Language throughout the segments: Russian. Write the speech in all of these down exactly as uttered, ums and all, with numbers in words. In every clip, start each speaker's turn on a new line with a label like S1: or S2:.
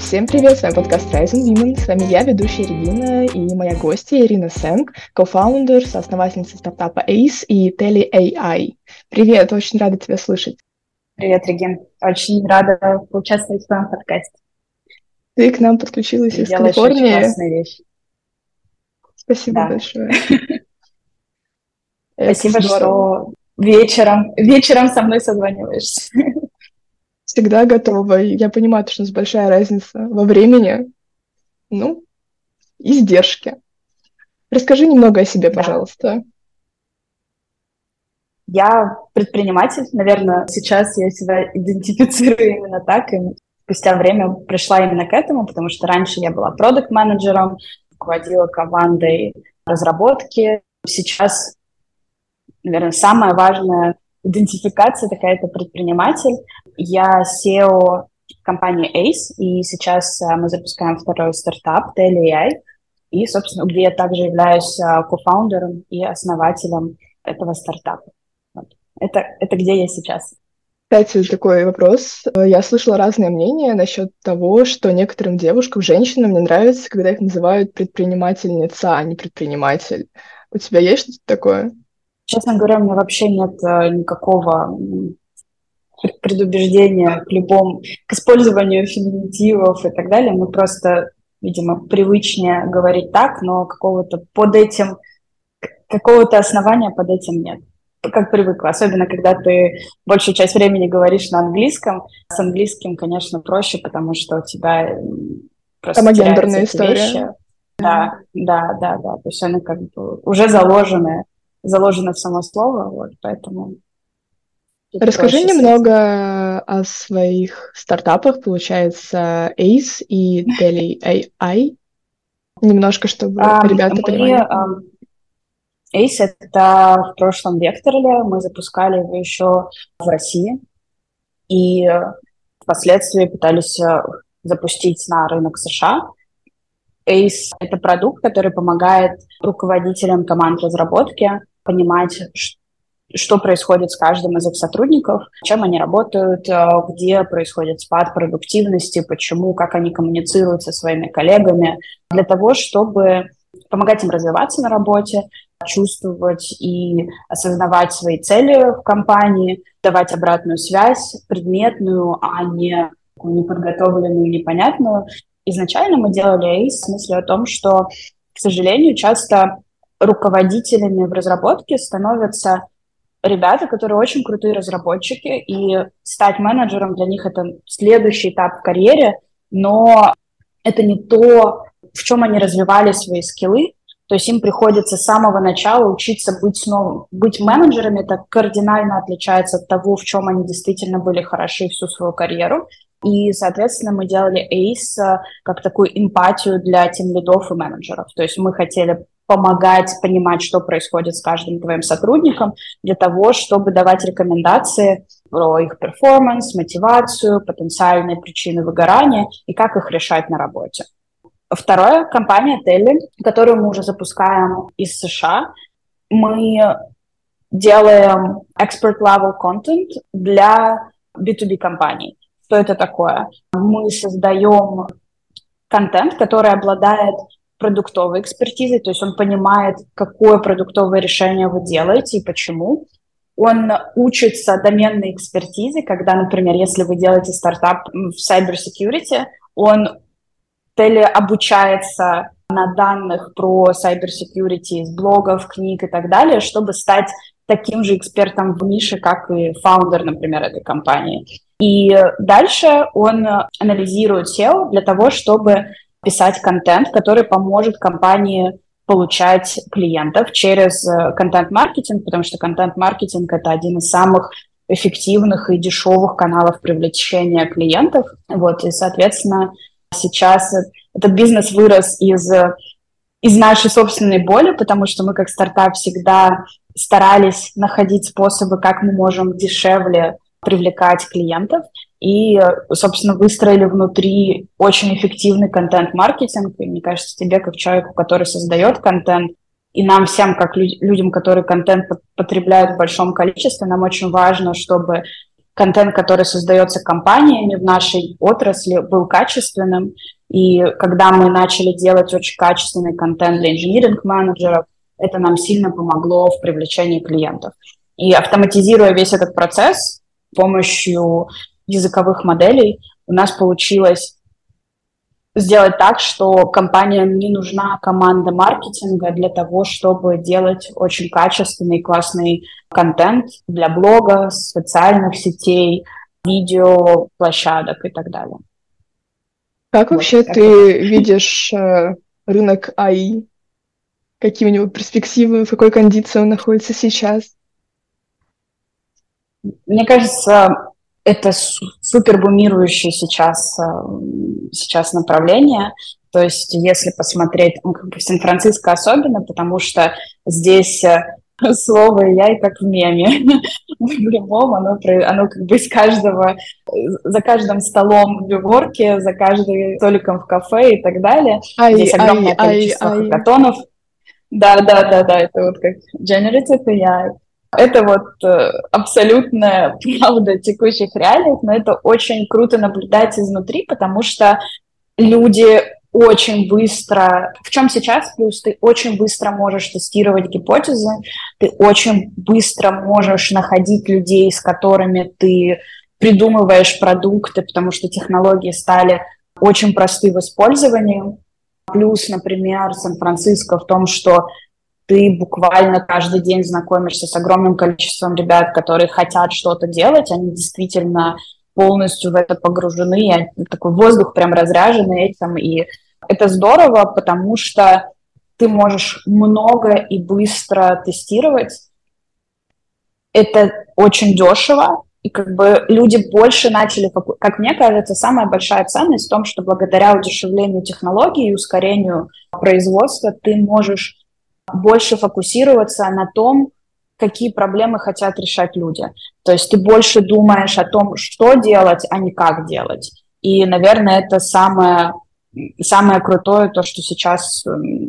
S1: Всем привет, с вами подкаст Rising Women, с вами я, ведущая Регина, и моя гостья Ирина Сэнг, кофаундер, соосновательница стартапа Ace и Tele эй ай. Привет, очень рада тебя слышать.
S2: Привет, Регин, очень рада поучаствовать в твоем подкасте.
S1: Ты к нам подключилась
S2: Ты
S1: из
S2: делаешь
S1: Калифорнии.
S2: Очень классные вещи.
S1: Спасибо
S2: Да.
S1: большое.
S2: Спасибо, что вечером, вечером со мной созваниваешься.
S1: Всегда готова. Я понимаю, что у нас большая разница во времени, ну, и издержки. Расскажи немного о себе,
S2: Да.
S1: пожалуйста.
S2: Я предприниматель, наверное, сейчас я себя идентифицирую именно так, и спустя время пришла именно к этому, потому что раньше я была продакт-менеджером, руководила командой разработки. Сейчас, наверное, самая важная идентификация такая — это предприниматель. Я си и о компании Ace, и сейчас мы запускаем второй стартап Tele эй ай, и, собственно, где я также являюсь кофаундером и основателем этого стартапа. Вот. Это, это где я сейчас.
S1: Кстати, такой вопрос. Я слышала разные мнения насчет того, что некоторым девушкам, женщинам не нравится, когда их называют предпринимательница, а не предприниматель. У тебя есть что-то такое?
S2: Честно говоря, у меня вообще нет никакого предубеждения к любому, к использованию феминитивов и так далее. Мы просто, видимо, привычнее говорить так, но какого-то под этим, какого-то основания под этим нет. Как привыкла, особенно когда ты большую часть времени говоришь на английском. С английским, конечно, проще, потому что у тебя просто теряются эти вещи. Да, да, да, да. То есть они как бы уже заложены, заложены в само слово, вот, поэтому...
S1: Расскажи немного о своих стартапах, получается, Ace и Tele эй ай. Немножко, чтобы um, ребята мы, понимали.
S2: Um, Ace — это в прошлом Векторле, мы запускали его еще в России, и впоследствии пытались запустить на рынок США. Ace — это продукт, который помогает руководителям команд разработки понимать, что происходит с каждым из их сотрудников, чем они работают, где происходит спад продуктивности, почему, как они коммуницируют со своими коллегами, для того, чтобы помогать им развиваться на работе, чувствовать и осознавать свои цели в компании, давать обратную связь, предметную, а не неподготовленную, непонятную. Изначально мы делали Ace в смысле о том, что, к сожалению, часто руководителями в разработке становятся ребята, которые очень крутые разработчики, и стать менеджером для них — это следующий этап в карьере, но это не то, в чем они развивали свои скиллы. То есть им приходится с самого начала учиться быть снова, быть менеджерами. Это кардинально отличается от того, в чем они действительно были хороши всю свою карьеру. И, соответственно, мы делали Ace как такую эмпатию для тимлидов и менеджеров. То есть мы хотели помогать понимать, что происходит с каждым твоим сотрудником, для того, чтобы давать рекомендации про их перформанс, мотивацию, потенциальные причины выгорания и как их решать на работе. Второе, компания Tele, которую мы уже запускаем из США. Мы делаем expert-level content для би ту би компаний. Что это такое? Мы создаем контент, который обладает продуктовой экспертизой, то есть он понимает, какое продуктовое решение вы делаете и почему. Он учится доменной экспертизе, когда, например, если вы делаете стартап в cybersecurity, он Tele обучается на данных про cybersecurity из блогов, книг и так далее, чтобы стать таким же экспертом в нише, как и фаундер, например, этой компании. И дальше он анализирует сео для того, чтобы писать контент, который поможет компании получать клиентов через контент-маркетинг, потому что контент-маркетинг — это один из самых эффективных и дешевых каналов привлечения клиентов. Вот, и, соответственно, сейчас этот бизнес вырос из, из нашей собственной боли, потому что мы как стартап всегда старались находить способы, как мы можем дешевле привлекать клиентов. И, собственно, выстроили внутри очень эффективный контент-маркетинг. И мне кажется, тебе, как человеку, который создает контент, и нам всем, как людям, которые контент потребляют в большом количестве, нам очень важно, чтобы контент, который создается компаниями в нашей отрасли, был качественным. И когда мы начали делать очень качественный контент для инжиниринг-менеджеров, это нам сильно помогло в привлечении клиентов. И автоматизируя весь этот процесс с помощью языковых моделей, у нас получилось сделать так, что компаниям не нужна команда маркетинга для того, чтобы делать очень качественный и классный контент для блога, социальных сетей, видео, площадок и так далее.
S1: Как
S2: Вот,
S1: вообще
S2: как
S1: ты
S2: это.
S1: видишь э, рынок эй ай? Какие у него перспективы, в какой кондиции он находится сейчас?
S2: Мне кажется, это супер бумирующее сейчас, сейчас направление. То есть если посмотреть, ну, как бы в Сан-Франциско особенно, потому что здесь слово эй ай как в меме. В любом оно, оно как бы из каждого, за каждым столом в Виворке, за каждым столиком в кафе и так далее.
S1: Ай,
S2: Здесь
S1: ай,
S2: огромное
S1: ай,
S2: количество
S1: ай.
S2: хакатонов. Да, да, да, да, это вот как generative эй ай. Это вот э, абсолютная правда текущих реалий, но это очень круто наблюдать изнутри, потому что люди очень быстро... В чем сейчас плюс? Ты очень быстро можешь тестировать гипотезы, ты очень быстро можешь находить людей, с которыми ты придумываешь продукты, потому что технологии стали очень просты в использовании. Плюс, например, Сан-Франциско в том, что ты буквально каждый день знакомишься с огромным количеством ребят, которые хотят что-то делать, они действительно полностью в это погружены, такой воздух прям разряженный этим, и это здорово, потому что ты можешь много и быстро тестировать, это очень дешево, и как бы люди больше начали, как мне кажется, самая большая ценность в том, что благодаря удешевлению технологий и ускорению производства ты можешь больше фокусироваться на том, какие проблемы хотят решать люди. То есть ты больше думаешь о том, что делать, а не как делать. И, наверное, это самое, самое крутое, то, что сейчас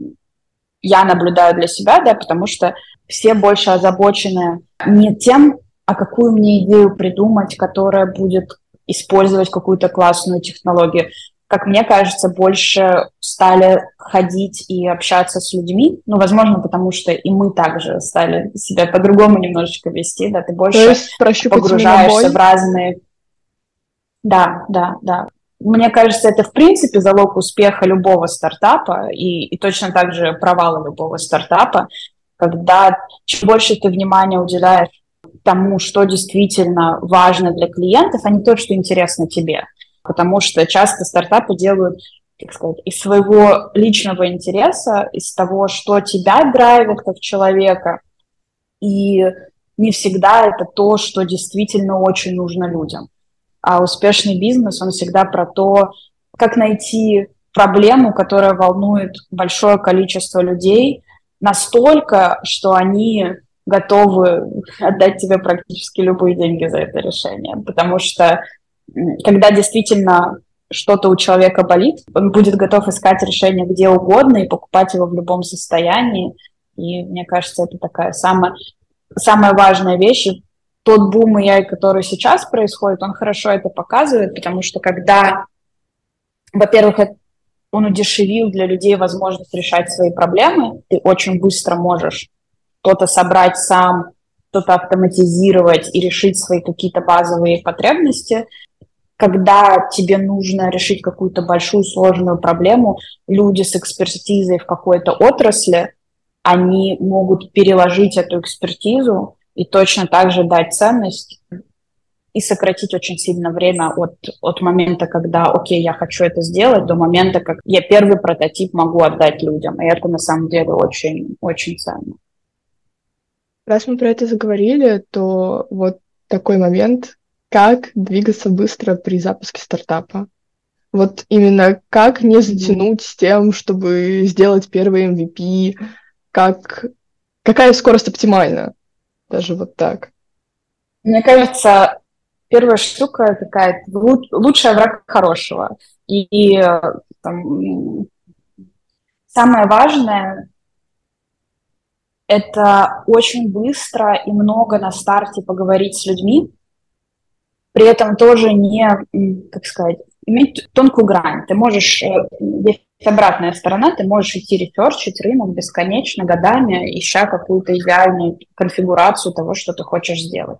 S2: я наблюдаю для себя, да, потому что все больше озабочены не тем, а какую мне идею придумать, которая будет использовать какую-то классную технологию. Как мне кажется, больше стали ходить и общаться с людьми. Ну, возможно, потому что и мы также стали себя по-другому немножечко вести, да, ты
S1: То
S2: больше
S1: есть прощупать именно
S2: погружаешься в
S1: боль?
S2: разные... Да, да, да. Мне кажется, это, в принципе, залог успеха любого стартапа и, и точно так же провала любого стартапа, когда чем больше ты внимания уделяешь тому, что действительно важно для клиентов, а не то, что интересно тебе. Потому что часто стартапы делают, как сказать, из своего личного интереса, из того, что тебя драйвит как человека, и не всегда это то, что действительно очень нужно людям. А успешный бизнес, он всегда про то, как найти проблему, которая волнует большое количество людей настолько, что они готовы отдать тебе практически любые деньги за это решение. Потому что когда действительно что-то у человека болит, он будет готов искать решение где угодно и покупать его в любом состоянии. И мне кажется, это такая самая, самая важная вещь. И тот бум эй ай, который сейчас происходит, он хорошо это показывает, потому что когда, во-первых, он удешевил для людей возможность решать свои проблемы, ты очень быстро можешь что-то собрать сам, что-то автоматизировать и решить свои какие-то базовые потребности. Когда тебе нужно решить какую-то большую сложную проблему, люди с экспертизой в какой-то отрасли, они могут переложить эту экспертизу и точно так же дать ценность и сократить очень сильно время от, от момента, когда, окей, я хочу это сделать, до момента, как я первый прототип могу отдать людям. И это на самом деле очень, очень ценно.
S1: Раз мы про это заговорили, то вот такой момент, как двигаться быстро при запуске стартапа. Вот именно как не затянуть с тем, чтобы сделать первый эм ви пи, как... какая скорость оптимальна, даже вот так.
S2: Мне кажется, первая штука такая, лучший враг хорошего. И, и там, самое важное — это очень быстро и много на старте поговорить с людьми, при этом тоже не, как сказать, иметь тонкую грань. Ты можешь, есть обратная сторона, ты можешь идти ресерчить рынок бесконечно, годами, ища какую-то идеальную конфигурацию того, что ты хочешь сделать.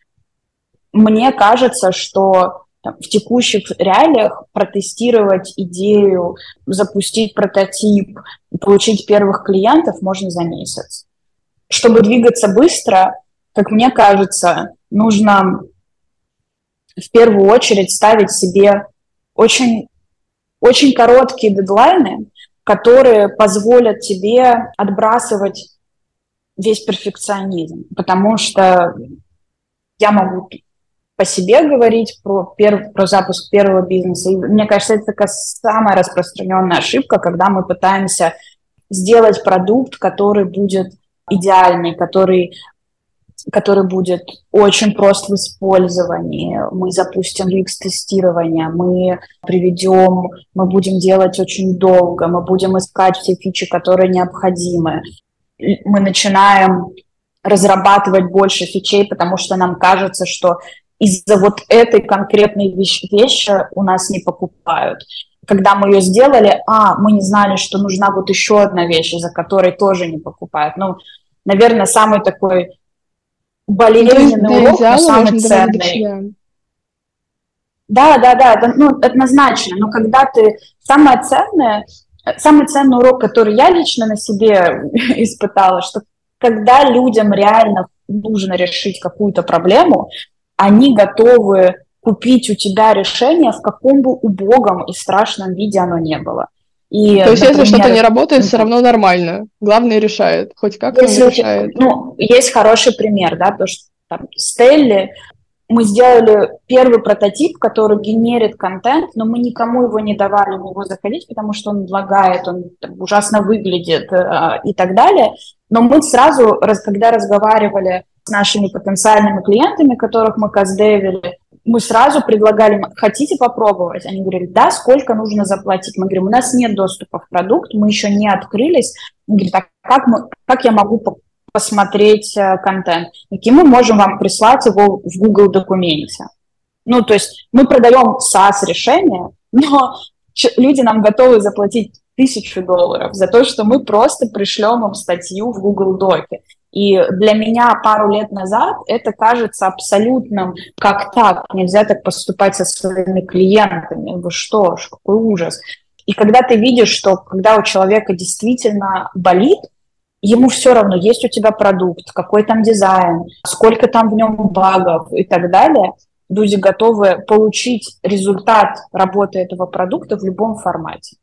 S2: Мне кажется, что там, в текущих реалиях протестировать идею, запустить прототип, получить первых клиентов можно за месяц. Чтобы двигаться быстро, как мне кажется, нужно в первую очередь ставить себе очень, очень короткие дедлайны, которые позволят тебе отбрасывать весь перфекционизм. Потому что я могу по себе говорить про, перв, про запуск первого бизнеса. И мне кажется, это такая самая распространенная ошибка, когда мы пытаемся сделать продукт, который будет идеальный, который который будет очень прост в использовании. Мы запустим ю экс-тестирование, мы приведем, мы будем делать очень долго, мы будем искать все фичи, которые необходимы. Мы начинаем разрабатывать больше фичей, потому что нам кажется, что из-за вот этой конкретной вещи, вещи у нас не покупают. Когда мы ее сделали, а, мы не знали, что нужна вот еще одна вещь, из-за которой тоже не покупают. Ну, наверное, самый такой болезненный ну, урок, но самый ценный. Да, да, да, это, ну, однозначно. Но когда ты... Самое ценное, самый ценный урок, который я лично на себе испытала, что когда людям реально нужно решить какую-то проблему, они готовы купить у тебя решение, в каком бы убогом и страшном виде оно не было. И,
S1: то есть, например, если что-то не работает, ну, все равно нормально. Главное, решает. Хоть как-то решает.
S2: Ну, есть хороший пример, да, то, что там Стелли, мы сделали первый прототип, который генерит контент, но мы никому его не давали в него заходить, потому что он лагает, он там, ужасно выглядит э, и так далее. Но мы сразу, когда разговаривали с нашими потенциальными клиентами, которых мы каздевили, мы сразу предлагали, хотите попробовать? Они говорили, да, сколько нужно заплатить? Мы говорим, у нас нет доступа в продукт, мы еще не открылись. Они говорят, а как, мы, как я могу посмотреть э, контент? Каким мы можем вам прислать его в Google документе? Ну, то есть мы продаем SaaS-решение, но люди нам готовы заплатить тысячу долларов за то, что мы просто пришлем им статью в Google Доке. И для меня пару лет назад это кажется абсолютным, как так, нельзя так поступать со своими клиентами, вы что ж, какой ужас. И когда ты видишь, что когда у человека действительно болит, ему все равно, есть у тебя продукт, какой там дизайн, сколько там в нем багов и так далее, люди готовы получить результат работы этого продукта в любом формате.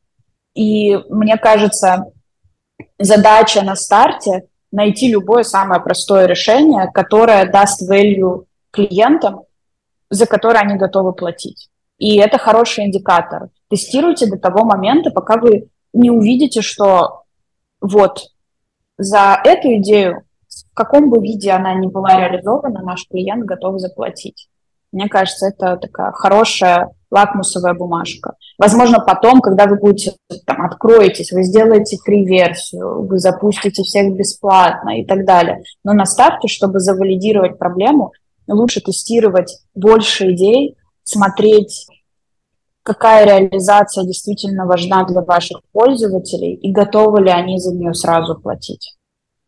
S2: И мне кажется, задача на старте найти любое самое простое решение, которое даст value клиентам, за которое они готовы платить. И это хороший индикатор. Тестируйте до того момента, пока вы не увидите, что вот за эту идею, в каком бы виде она ни была реализована, наш клиент готов заплатить. Мне кажется, это такая хорошая лакмусовая бумажка. Возможно, потом, когда вы будете, там, откроетесь, вы сделаете фри-версию, вы запустите всех бесплатно и так далее. Но на старте, чтобы завалидировать проблему, лучше тестировать больше идей, смотреть, какая реализация действительно важна для ваших пользователей и готовы ли они за нее сразу платить.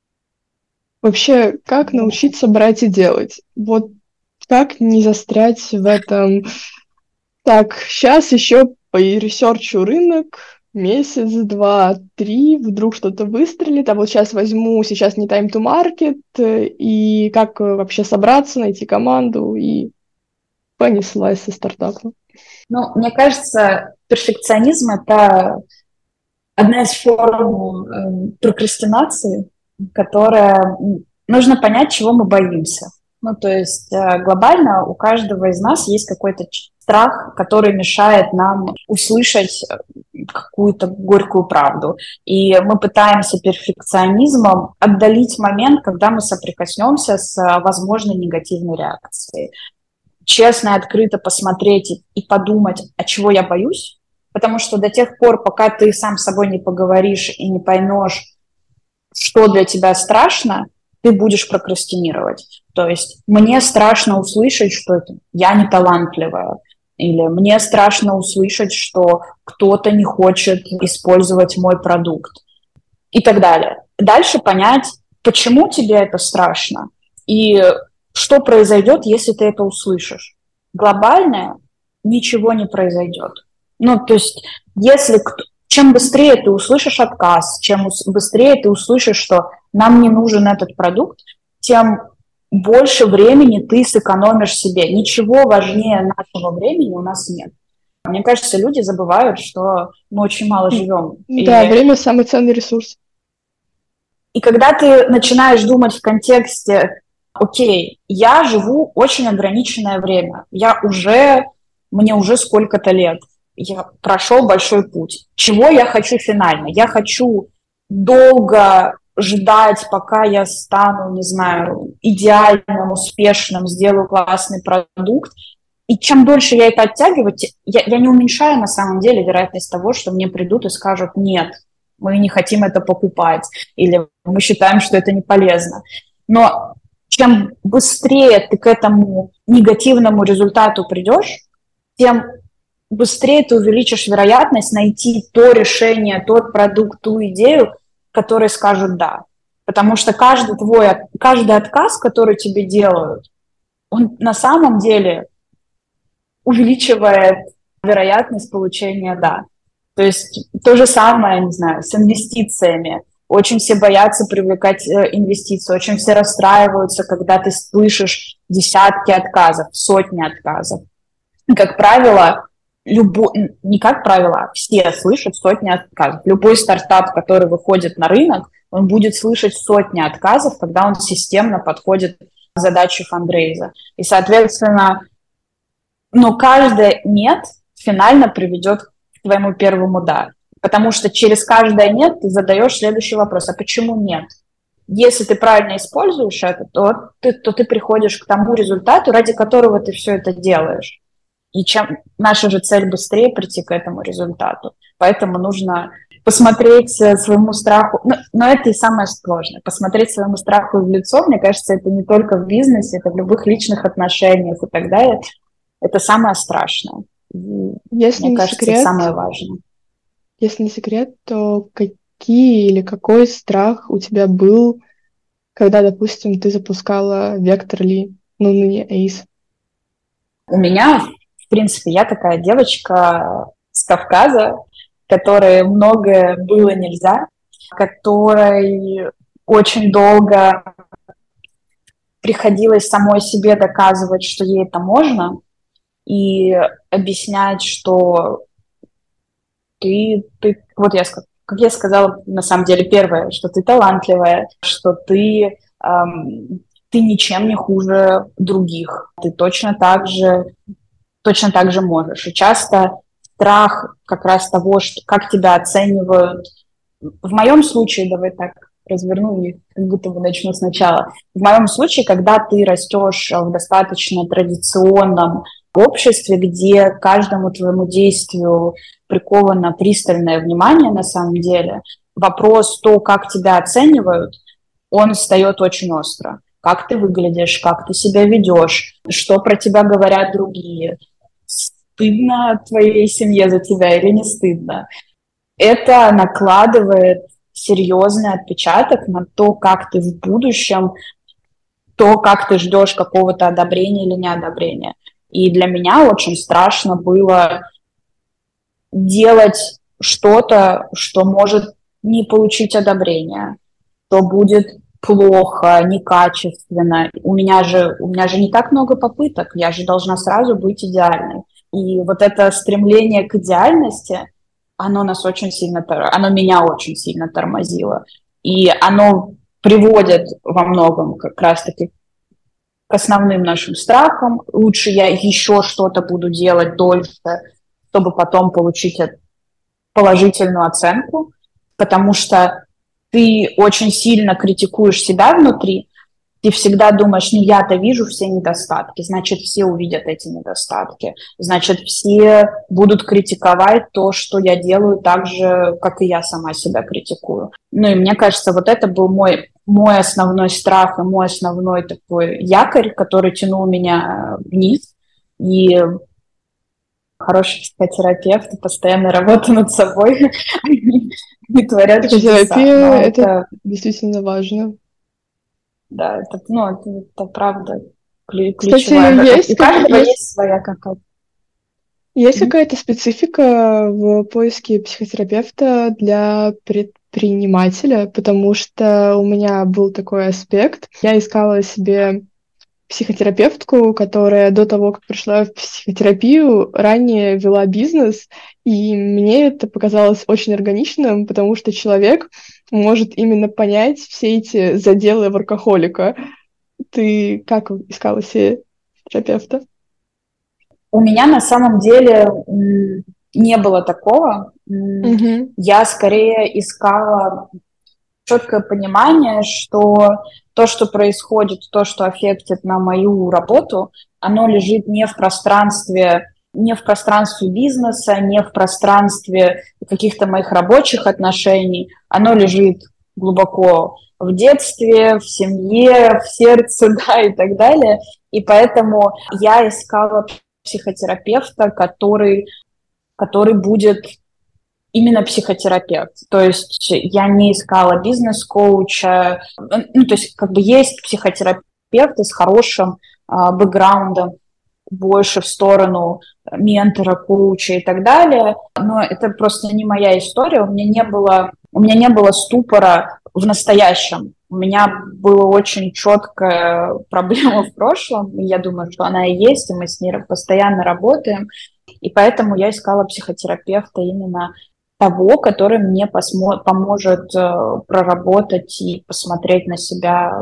S1: Вообще, как научиться брать и делать? Вот как не застрять в этом... Так, сейчас еще поресерчу рынок, месяц, два, три, вдруг что-то выстрелит, а вот сейчас возьму, сейчас не time to market, и как вообще собраться, найти команду, и понеслась со стартапа.
S2: Ну, мне кажется, перфекционизм — это одна из форм э, прокрастинации, которая... Нужно понять, чего мы боимся. Ну, то есть э, глобально у каждого из нас есть какой-то страх, который мешает нам услышать какую-то горькую правду. И мы пытаемся перфекционизмом отдалить момент, когда мы соприкоснемся с возможной негативной реакцией. Честно и открыто посмотреть и подумать, а чего я боюсь, потому что до тех пор, пока ты сам с собой не поговоришь и не поймешь, что для тебя страшно, ты будешь прокрастинировать. То есть мне страшно услышать, что это я не талантливая, или мне страшно услышать, что кто-то не хочет использовать мой продукт и так далее. Дальше понять, почему тебе это страшно и что произойдет, если ты это услышишь. Глобально ничего не произойдет. Ну, то есть, если чем быстрее ты услышишь отказ, чем быстрее ты услышишь, что нам не нужен этот продукт, тем больше времени ты сэкономишь себе. Ничего важнее нашего времени у нас нет. Мне кажется, люди забывают, что мы очень мало живем.
S1: Да,
S2: и...
S1: время – самый ценный ресурс.
S2: И когда ты начинаешь думать в контексте, окей, я живу очень ограниченное время, я уже, мне уже сколько-то лет, я прошел большой путь. Чего я хочу финально? Я хочу долго ждать, пока я стану, не знаю, идеальным, успешным, сделаю классный продукт. И чем дольше я это оттягиваю, я, я не уменьшаю на самом деле вероятность того, что мне придут и скажут «нет, мы не хотим это покупать», или «мы считаем, что это не полезно». Но чем быстрее ты к этому негативному результату придешь, тем быстрее ты увеличишь вероятность найти то решение, тот продукт, ту идею, которые скажут «да». Потому что каждый твой, каждый отказ, который тебе делают, он на самом деле увеличивает вероятность получения «да». То есть то же самое, не знаю, с инвестициями. Очень все боятся привлекать инвестиции, очень все расстраиваются, когда ты слышишь десятки отказов, сотни отказов. Как правило, любой, не как правило, а все слышат сотни отказов. Любой стартап, который выходит на рынок, он будет слышать сотни отказов, когда он системно подходит к задаче фандрейза. И, соответственно, но каждое «нет» финально приведет к твоему первому «да». Потому что через каждое «нет» ты задаешь следующий вопрос: а почему нет? Если ты правильно используешь это, то ты, то ты приходишь к тому результату, ради которого ты все это делаешь. И чем наша же цель быстрее прийти к этому результату. Поэтому нужно посмотреть своему страху, ну, но это и самое сложное, посмотреть своему страху в лицо. Мне кажется, это не только в бизнесе, это в любых личных отношениях и так далее. Это самое страшное.
S1: Если
S2: Мне
S1: не
S2: кажется,
S1: секрет,
S2: это самое важное.
S1: Если не секрет, то какие или какой страх у тебя был, когда, допустим, ты запускала Vectorly, ну, ныне Ace?
S2: У меня, в принципе, я такая девочка с Кавказа, которой многое было нельзя, которой очень долго приходилось самой себе доказывать, что ей это можно, и объяснять, что ты, ты вот я, как я сказала, на самом деле, первое, что ты талантливая, что ты, эм, ты ничем не хуже других, ты точно так же, точно так же можешь. И часто страх как раз того, что, как тебя оценивают. В моем случае, давай так разверну и как будто бы начну сначала. В моем случае, когда ты растешь в достаточно традиционном обществе, где каждому твоему действию приковано пристальное внимание на самом деле, вопрос то, как тебя оценивают, он встает очень остро. Как ты выглядишь, как ты себя ведешь, что про тебя говорят другие, стыдно твоей семье за тебя или не стыдно. Это накладывает серьезный отпечаток на то, как ты в будущем, то, как ты ждешь какого-то одобрения или неодобрения. И для меня очень страшно было делать что-то, что может не получить одобрения, что будет плохо, некачественно. У меня же, у меня же не так много попыток, я же должна сразу быть идеальной. И вот это стремление к идеальности, оно нас очень сильно, оно меня очень сильно тормозило. И оно приводит во многом как раз-таки к основным нашим страхам. Лучше я еще что-то буду делать дольше, чтобы потом получить положительную оценку, потому что ты очень сильно критикуешь себя внутри, Ты всегда думаешь, не я-то вижу все недостатки, значит, все увидят эти недостатки, значит, все будут критиковать то, что я делаю так же, как и я сама себя критикую. Ну и мне кажется, вот это был мой, мой основной страх и мой основной такой якорь, который тянул меня вниз. И хороший психотерапевт, постоянная работа над собой, не творят чудеса.
S1: Психотерапия — это действительно важно.
S2: Да, это, ну, это, это правда ключевая.
S1: Кстати, есть,
S2: и каждого
S1: есть,
S2: есть своя какая-то.
S1: Есть mm-hmm. какая-то специфика в поиске психотерапевта для предпринимателя, потому что у меня был такой аспект. Я искала себе психотерапевтку, которая до того, как пришла в психотерапию, ранее вела бизнес, и мне это показалось очень органичным, потому что человек может именно понять все эти заделы воркохолика. Ты как искала себе терапевта?
S2: У меня на самом деле не было такого. Mm-hmm. Я скорее искала четкое понимание, что то, что происходит, то, что аффектит на мою работу, оно лежит не в пространстве, не в пространстве бизнеса, не в пространстве каких-то моих рабочих отношений, оно лежит глубоко в детстве, в семье, в сердце, да, и так далее. И поэтому я искала психотерапевта, который, который будет именно психотерапевт. То есть я не искала бизнес-коуча. Ну, то есть как бы есть психотерапевты с хорошим а, бэкграундом, больше в сторону ментора, коуча и так далее. Но это просто не моя история. У меня не было, у меня не было ступора в настоящем. У меня была очень четкая проблема в прошлом, и я думаю, что она и есть, и мы с ней постоянно работаем. И поэтому я искала психотерапевта именно того, который мне посмо- поможет э, проработать и посмотреть на себя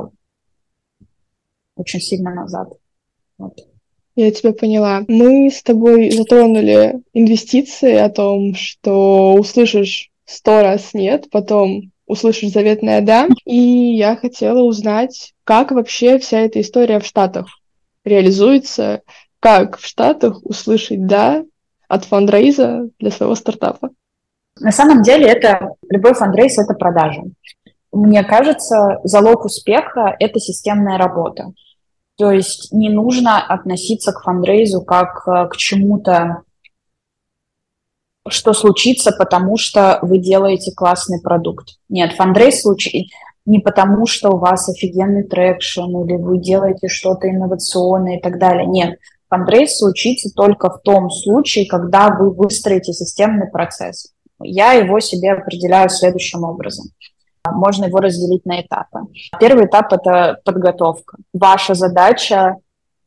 S2: очень сильно назад. Вот.
S1: Я тебя поняла. Мы с тобой затронули инвестиции, о том, что услышишь сто раз «нет», потом услышишь заветное «да». И я хотела узнать, как вообще вся эта история в Штатах реализуется, как в Штатах услышать «да» от фандрейза для своего стартапа.
S2: На самом деле это любой фандрейз – это продажа. Мне кажется, залог успеха – это системная работа. То есть не нужно относиться к фандрейзу как к чему-то, что случится, потому что вы делаете классный продукт. Нет, фандрейз случится не потому, что у вас офигенный трекшн или вы делаете что-то инновационное и так далее. Нет, фандрейз случится только в том случае, когда вы выстроите системный процесс. Я его себе определяю следующим образом. Можно его разделить на этапы. Первый этап – это подготовка. Ваша задача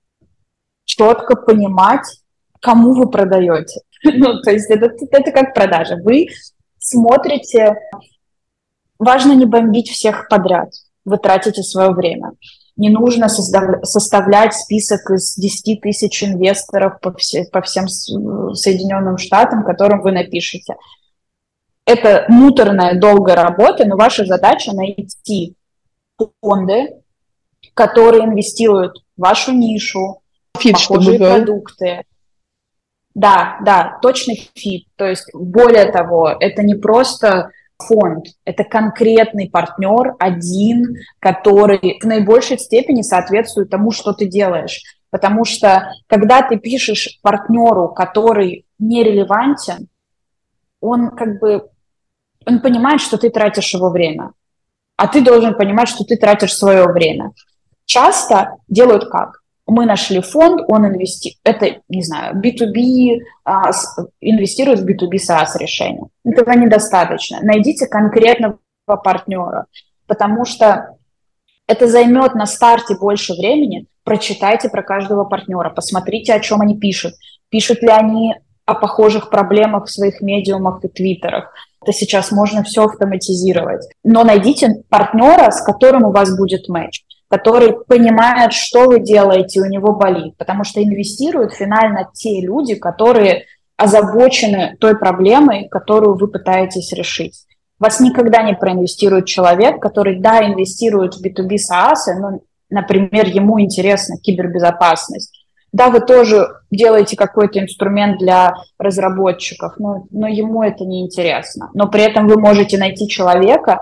S2: четко понимать, кому вы продаете. Ну, то есть это, это как продажа. Вы смотрите, важно не бомбить всех подряд. Вы тратите свое время. Не нужно создав, составлять список из десяти тысяч инвесторов по, все, по всем Соединенным Штатам, которым вы напишете. Это муторная, долгая работа, но ваша задача найти фонды, которые инвестируют в вашу нишу,
S1: фит,
S2: похожие продукты. Да, да, точный фит. То есть, более того, это не просто фонд, это конкретный партнер, один, который в наибольшей степени соответствует тому, что ты делаешь. Потому что, когда ты пишешь партнеру, который нерелевантен, он как бы, он понимает, что ты тратишь его время, а ты должен понимать, что ты тратишь свое время. Часто делают как? Мы нашли фонд, он инвестирует, это, не знаю, би ту би, а, с, инвестирует в би ту би SaaS решение. Этого недостаточно. Найдите конкретного партнера, потому что это займет на старте больше времени. Прочитайте про каждого партнера, посмотрите, о чем они пишут. Пишут ли они о похожих проблемах в своих медиумах и твиттерах. Это сейчас можно все автоматизировать. Но найдите партнера, с которым у вас будет матч, который понимает, что вы делаете, у него болит. Потому что инвестируют финально те люди, которые озабочены той проблемой, которую вы пытаетесь решить. Вас никогда не проинвестирует человек, который, да, инвестирует в би ту би SaaS, но например, ему интересна кибербезопасность. Да, вы тоже делаете какой-то инструмент для разработчиков, но, но ему это не интересно. Но при этом вы можете найти человека,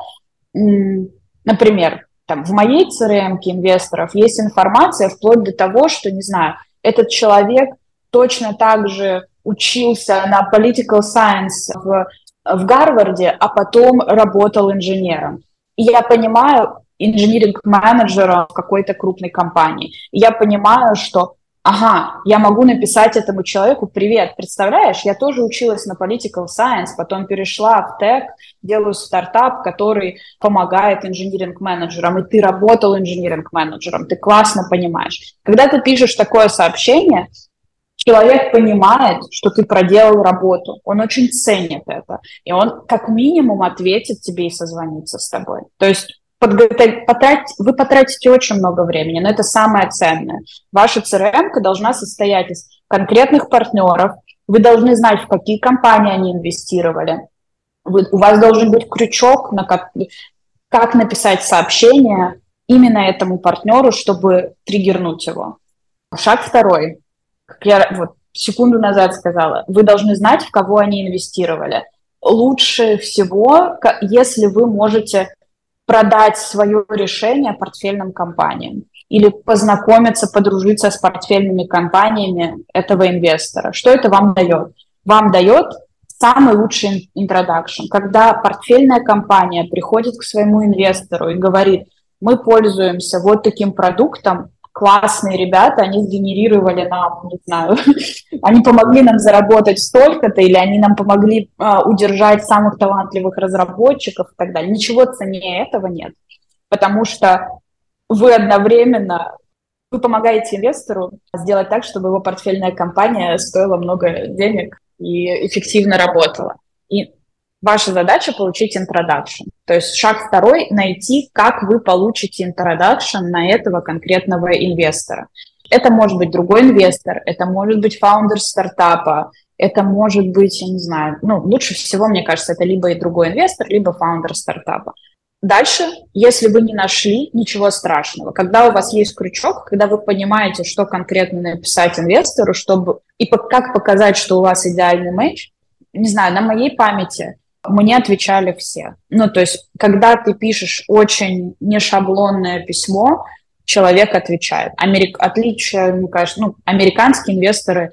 S2: например, там, в моей си эр эм-ке инвесторов есть информация вплоть до того, что, не знаю, этот человек точно так же учился на political science в, в Гарварде, а потом работал инженером. И я понимаю, инжиниринг-менеджером в какой-то крупной компании. И я понимаю, что ага, я могу написать этому человеку: привет, представляешь, я тоже училась на political science, потом перешла в тех, делаю стартап, который помогает инжиниринг-менеджерам, и ты работал инжиниринг-менеджером, ты классно понимаешь. Когда ты пишешь такое сообщение, человек понимает, что ты проделал работу, он очень ценит это, и он как минимум ответит тебе и созвонится с тобой. То есть Подготов... Потратить... Вы потратите очень много времени, но это самое ценное. Ваша си эр эм-ка должна состоять из конкретных партнеров, вы должны знать, в какие компании они инвестировали, вы... у вас должен быть крючок, на как... как написать сообщение именно этому партнеру, чтобы триггернуть его. Шаг второй. Как я вот секунду назад сказала, вы должны знать, в кого они инвестировали. Лучше всего, если вы можете продать свое решение портфельным компаниям или познакомиться, подружиться с портфельными компаниями этого инвестора. Что это вам дает? Вам дает самый лучший introduction, когда портфельная компания приходит к своему инвестору и говорит: мы пользуемся вот таким продуктом, классные ребята, они сгенерировали нам, не знаю, они помогли нам заработать столько-то, или они нам помогли а, удержать самых талантливых разработчиков и так далее. Ничего ценнее этого нет, потому что вы одновременно, вы помогаете инвестору сделать так, чтобы его портфельная компания стоила много денег и эффективно работала. И ваша задача — получить introduction. То есть шаг второй — найти, как вы получите introduction на этого конкретного инвестора. Это может быть другой инвестор, это может быть фаундер стартапа, это может быть, я не знаю, ну, лучше всего, мне кажется, это либо и другой инвестор, либо фаундер стартапа. Дальше, если вы не нашли, ничего страшного. Когда у вас есть крючок, когда вы понимаете, что конкретно написать инвестору, чтобы и как показать, что у вас идеальный матч, не знаю, на моей памяти мне отвечали все. Ну, то есть, когда ты пишешь очень нешаблонное письмо, человек отвечает. Америк... Отличие, мне кажется, ну, американские инвесторы,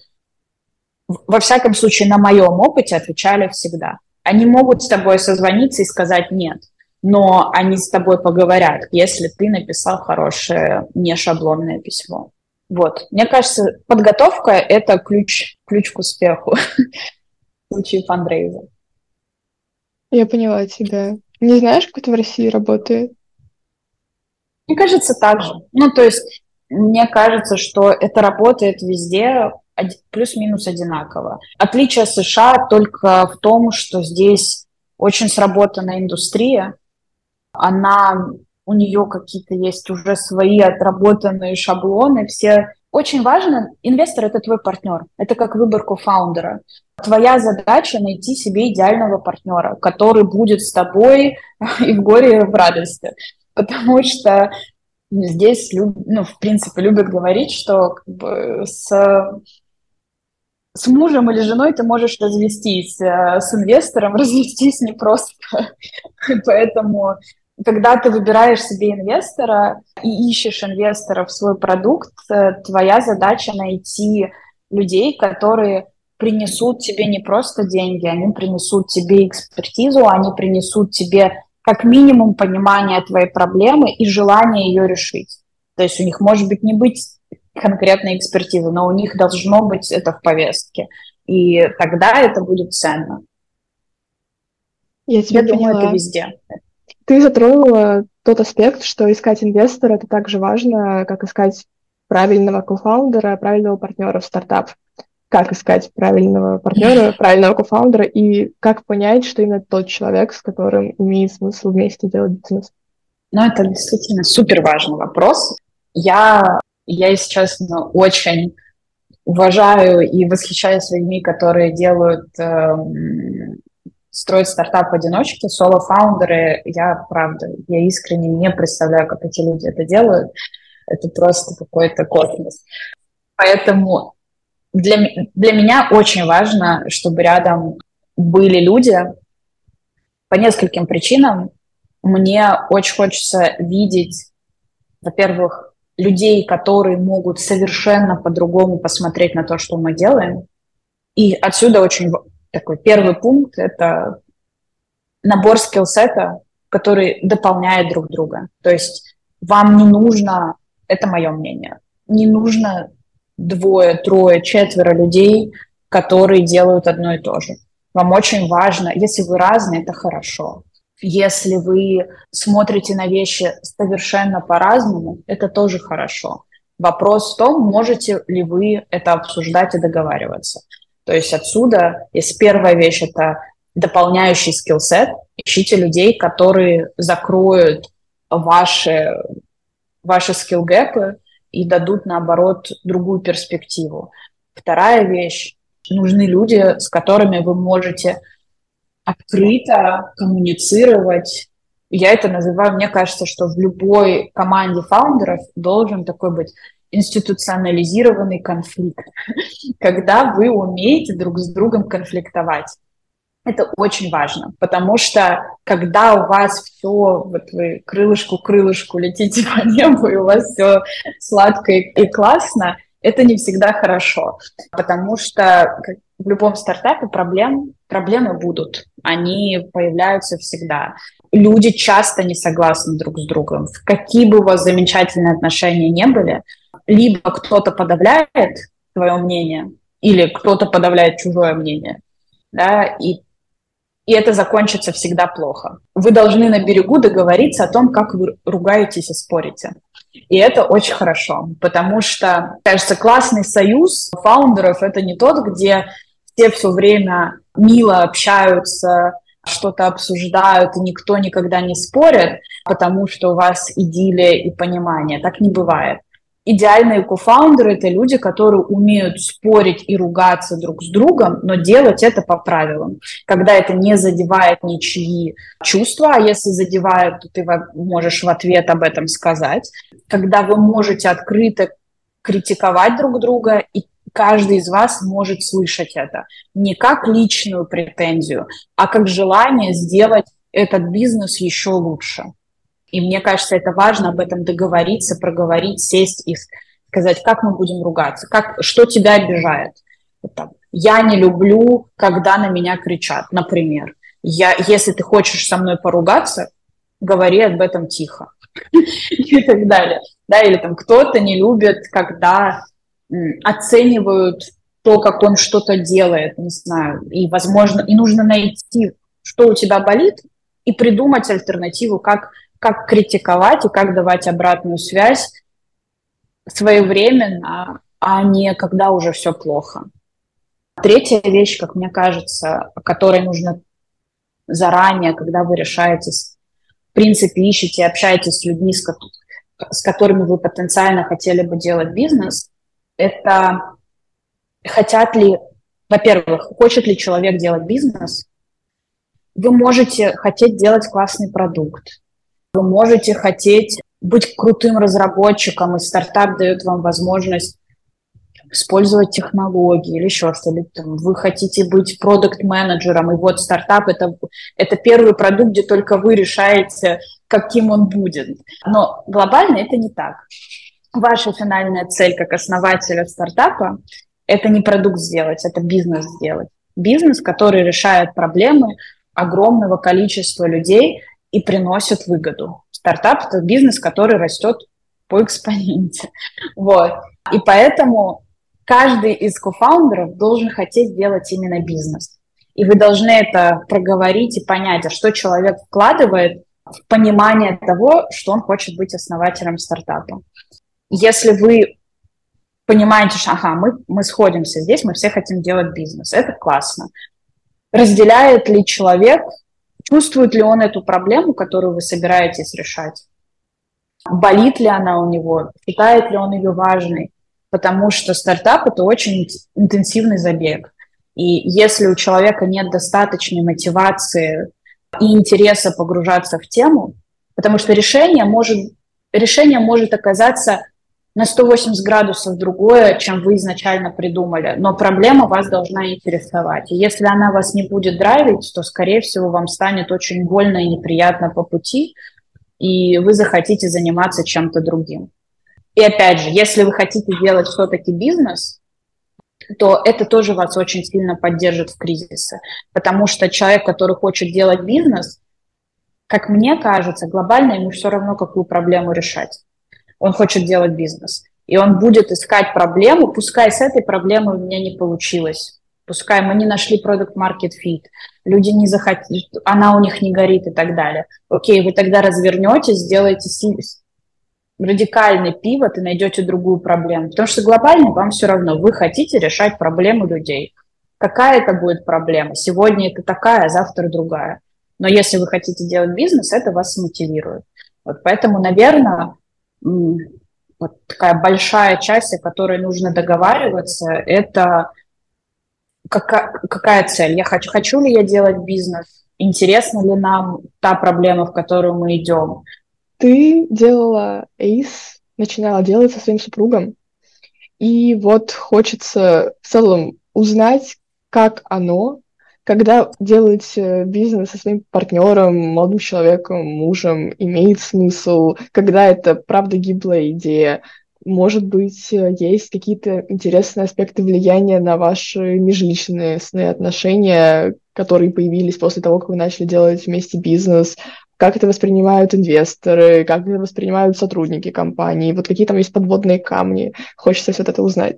S2: во всяком случае, на моем опыте, отвечали всегда. Они могут с тобой созвониться и сказать нет, но они с тобой поговорят, если ты написал хорошее нешаблонное письмо. Вот. Мне кажется, подготовка — это ключ, ключ к успеху в случае фандрейза.
S1: Я поняла тебя. Не знаешь, как это в России работает?
S2: Мне кажется, так же. Ну, то есть, мне кажется, что это работает везде плюс-минус одинаково. Отличие США только в том, что здесь очень сработана индустрия, она, у нее какие-то есть уже свои отработанные шаблоны, все. Очень важно, инвестор — это твой партнер, это как выбор кофаундера. Твоя задача — найти себе идеального партнера, который будет с тобой и в горе, и в радости. Потому что здесь, ну, в принципе, любят говорить, что как бы с, с мужем или женой ты можешь развестись, а с инвестором развестись непросто. Поэтому, когда ты выбираешь себе инвестора и ищешь инвестора в свой продукт, твоя задача — найти людей, которые принесут тебе не просто деньги, они принесут тебе экспертизу, они принесут тебе как минимум понимание твоей проблемы и желание ее решить. То есть у них может быть не быть конкретной экспертизы, но у них должно быть это в повестке. И тогда это будет ценно.
S1: Я тебя
S2: Я
S1: поняла.
S2: думаю, это везде.
S1: Ты затронула тот аспект, что искать инвестора — это так же важно, как искать правильного кофаундера, правильного партнера в стартап. Как искать правильного партнера, правильного кофаундера и как понять, что именно тот человек, с которым имеет смысл вместе делать бизнес?
S2: Ну, это действительно супер важный вопрос. Я, я, если честно, очень уважаю и восхищаюсь людьми, которые делают, э, строят стартап в одиночке, соло-фаундеры. Я, правда, я искренне не представляю, как эти люди это делают. это просто какой-то космос. Поэтому для, для меня очень важно, чтобы рядом были люди по нескольким причинам. Мне очень хочется видеть, во-первых, людей, которые могут совершенно по-другому посмотреть на то, что мы делаем. И отсюда очень такой первый пункт – это набор скиллсета, который дополняет друг друга. То есть вам не нужно, это мое мнение, не нужно двое, трое, четверо людей, которые делают одно и то же. Вам очень важно, если вы разные, это хорошо. Если вы смотрите на вещи совершенно по-разному, это тоже хорошо. Вопрос в том, можете ли вы это обсуждать и договариваться. То есть отсюда, если первая вещь – это дополняющий скиллсет, ищите людей, которые закроют ваши, ваши скиллгэпы и дадут, наоборот, другую перспективу. Вторая вещь – нужны люди, с которыми вы можете открыто коммуницировать. Я это называю, мне кажется, что в любой команде фаундеров должен такой быть институционализированный конфликт, когда вы умеете друг с другом конфликтовать. Это очень важно, потому что когда у вас все, вот вы крылышку-крылышку летите по небу, и у вас все сладко и, и классно, это не всегда хорошо, потому что в любом стартапе проблем, проблемы будут, они появляются всегда. Люди часто не согласны друг с другом. Какие бы у вас замечательные отношения не были, либо кто-то подавляет твое мнение, или кто-то подавляет чужое мнение, да, и И это закончится всегда плохо. Вы должны на берегу договориться о том, как вы ругаетесь и спорите. И это очень хорошо, потому что, кажется, классный союз фаундеров – это не тот, где все все время мило общаются, что-то обсуждают, и никто никогда не спорит, потому что у вас идиллия и понимание. Так не бывает. Идеальные кофаундеры – это люди, которые умеют спорить и ругаться друг с другом, но делать это по правилам. Когда это не задевает ничьи чувства, а если задевает, то ты можешь в ответ об этом сказать. Когда вы можете открыто критиковать друг друга, и каждый из вас может слышать это. Не как личную претензию, а как желание сделать этот бизнес еще лучше. И мне кажется, это важно об этом договориться, проговорить, сесть и сказать, как мы будем ругаться, как, что тебя обижает. Вот я не люблю, когда на меня кричат, например. Я, если ты хочешь со мной поругаться, говори об этом тихо. И так далее. Да, или там кто-то не любит, когда м, оценивают то, как он что-то делает, не знаю. И, возможно, и нужно найти, что у тебя болит, и придумать альтернативу, как как критиковать и как давать обратную связь своевременно, а не когда уже все плохо. Третья вещь, как мне кажется, о которой нужно заранее, когда вы решаете, в принципе, ищете, общаетесь с людьми, с, ко- с которыми вы потенциально хотели бы делать бизнес, это хотят ли, во-первых, хочет ли человек делать бизнес, вы можете хотеть делать классный продукт, вы можете хотеть быть крутым разработчиком, и стартап дает вам возможность использовать технологии или еще что-то. Вы хотите быть продакт-менеджером, и вот стартап это, – это первый продукт, где только вы решаете, каким он будет. Но глобально это не так. Ваша финальная цель как основателя стартапа – это не продукт сделать, это бизнес сделать. Бизнес, который решает проблемы огромного количества людей и приносит выгоду. Стартап – это бизнес, который растет по экспоненте. Вот. И поэтому каждый из кофаундеров должен хотеть делать именно бизнес. И вы должны это проговорить и понять, а что человек вкладывает в понимание того, что он хочет быть основателем стартапа. Если вы понимаете, что ага, мы, мы сходимся здесь, мы все хотим делать бизнес, это классно. Разделяет ли человек, чувствует ли он эту проблему, которую вы собираетесь решать? Болит ли она у него? Считает ли он ее важной? Потому что стартап – это очень интенсивный забег. И если у человека нет достаточной мотивации и интереса погружаться в тему, потому что решение может, решение может оказаться на сто восемьдесят градусов другое, чем вы изначально придумали. Но проблема вас должна интересовать. И если она вас не будет драйвить, то, скорее всего, вам станет очень больно и неприятно по пути, и вы захотите заниматься чем-то другим. И опять же, если вы хотите делать все-таки бизнес, то это тоже вас очень сильно поддержит в кризисе. Потому что человек, который хочет делать бизнес, как мне кажется, глобально ему все равно, какую проблему решать. Он хочет делать бизнес. И он будет искать проблему, пускай с этой проблемой у меня не получилось. Пускай мы не нашли product market fit, люди не захотели, она у них не горит и так далее. Окей, вы тогда развернетесь, сделаете радикальный пивот и найдете другую проблему. Потому что глобально вам все равно, вы хотите решать проблемы людей. Какая это будет проблема? Сегодня это такая, а завтра другая. Но если вы хотите делать бизнес, это вас мотивирует. Вот поэтому, наверное, вот такая большая часть, о которой нужно договариваться, это какая, какая цель? Я хочу, хочу ли я делать бизнес? Интересна ли нам та проблема, в которую мы идем?
S1: Ты делала Эйс, начинала делать со своим супругом, и вот хочется в целом узнать, как оно, когда делать бизнес со своим партнером, молодым человеком, мужем, имеет смысл, когда это правда гиблая идея. Может быть, есть какие-то интересные аспекты влияния на ваши межличные отношения, которые появились после того, как вы начали делать вместе бизнес, как это воспринимают инвесторы, как это воспринимают сотрудники компании, вот какие там есть подводные камни. Хочется все это узнать.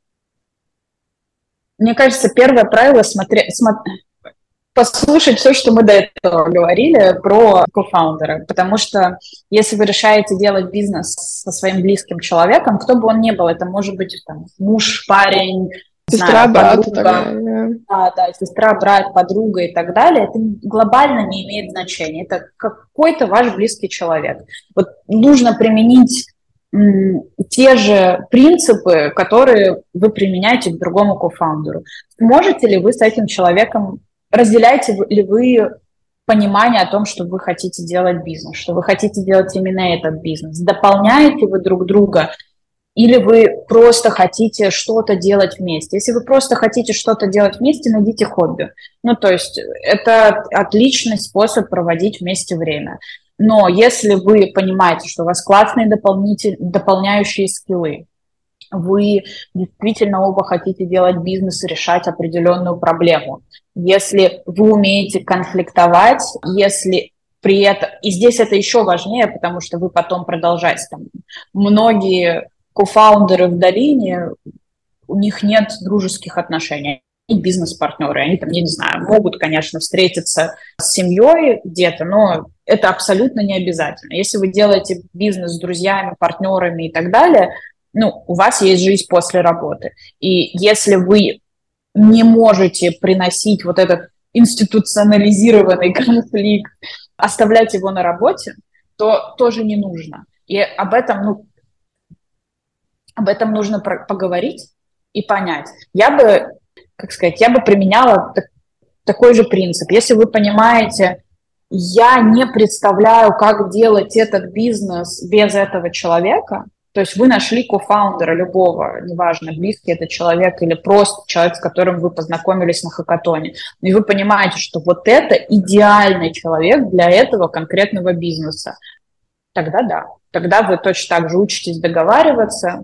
S2: Мне кажется, первое правило смотри, смо... послушать все, что мы до этого говорили про кофаундера, потому что если вы решаете делать бизнес со своим близким человеком, кто бы он ни был, это может быть там, муж, парень,
S1: сестра,
S2: знаю,
S1: брат,
S2: подруга,
S1: да.
S2: Да, да, сестра, брат, подруга и так далее, это глобально не имеет значения. Это какой-то ваш близкий человек. Вот нужно применить м, те же принципы, которые вы применяете к другому кофаундеру. Можете ли вы с этим человеком, разделяете ли вы понимание о том, что вы хотите делать бизнес, что вы хотите делать именно этот бизнес? Дополняете вы друг друга? Или вы просто хотите что-то делать вместе? Если вы просто хотите что-то делать вместе, найдите хобби. Ну, то есть это отличный способ проводить вместе время. Но если вы понимаете, что у вас классные дополнитель... дополняющие скиллы, вы действительно оба хотите делать бизнес и решать определенную проблему, если вы умеете конфликтовать, если при этом... И здесь это еще важнее, потому что вы потом продолжаете. Там, многие... кофаундеры в долине, у них нет дружеских отношений, они бизнес-партнеры, они там, я не знаю, могут, конечно, встретиться с семьей где-то, но это абсолютно не обязательно. Если вы делаете бизнес с друзьями, партнерами и так далее, ну, у вас есть жизнь после работы. И если вы не можете приносить вот этот институционализированный конфликт, оставлять его на работе, то тоже не нужно. И об этом, ну, Об этом нужно поговорить и понять. Я бы, как сказать, я бы применяла так, такой же принцип. Если вы понимаете, я не представляю, как делать этот бизнес без этого человека, то есть вы нашли кофаундера любого, неважно, близкий это человек или просто человек, с которым вы познакомились на хакатоне, и вы понимаете, что вот это идеальный человек для этого конкретного бизнеса, тогда да. Тогда вы точно так же учитесь договариваться,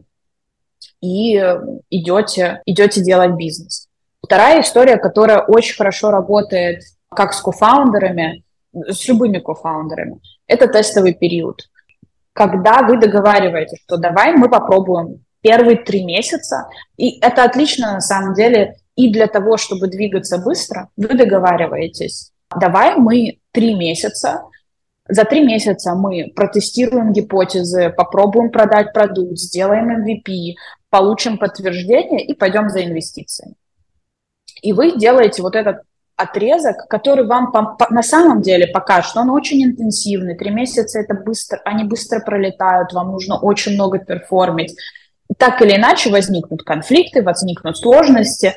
S2: и идете, идете делать бизнес. Вторая история, которая очень хорошо работает как с кофаундерами, с любыми кофаундерами, это тестовый период. Когда вы договариваетесь, что давай мы попробуем первые три месяца, и это отлично на самом деле и для того, чтобы двигаться быстро, вы договариваетесь, давай мы три месяца, за три месяца мы протестируем гипотезы, попробуем продать продукт, сделаем эм ви пи, получим подтверждение и пойдем за инвестициями. И вы делаете вот этот отрезок, который вам по, по, на самом деле покажет, что он очень интенсивный. Три месяца это быстро, они быстро пролетают, вам нужно очень много перформить. Так или иначе возникнут конфликты, возникнут сложности.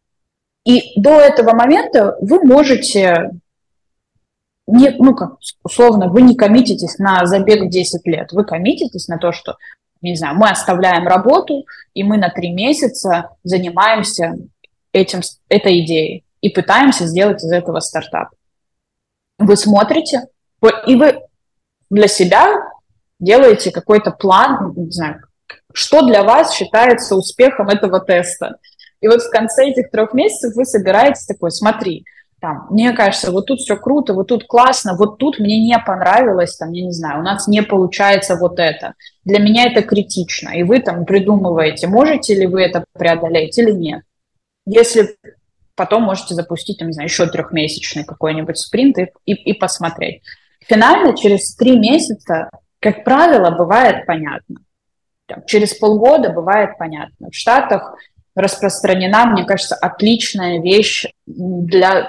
S2: И до этого момента вы можете, не, ну как условно, вы не коммититесь на забег в десять лет, вы коммититесь на то, что не знаю, мы оставляем работу, и мы на три месяца занимаемся этим, этой идеей и пытаемся сделать из этого стартап. Вы смотрите, и вы для себя делаете какой-то план, не знаю, что для вас считается успехом этого теста. И вот в конце этих трех месяцев вы собираетесь такой, смотри, там, мне кажется, вот тут все круто, вот тут классно, вот тут мне не понравилось, там, я не знаю, у нас не получается вот это. Для меня это критично. И вы там придумываете, можете ли вы это преодолеть или нет. Если потом можете запустить, там, не знаю, еще трехмесячный какой-нибудь спринт и, и, и посмотреть. Финально через три месяца, как правило, бывает понятно. Там, через полгода бывает понятно. В Штатах распространена, мне кажется, отличная вещь для,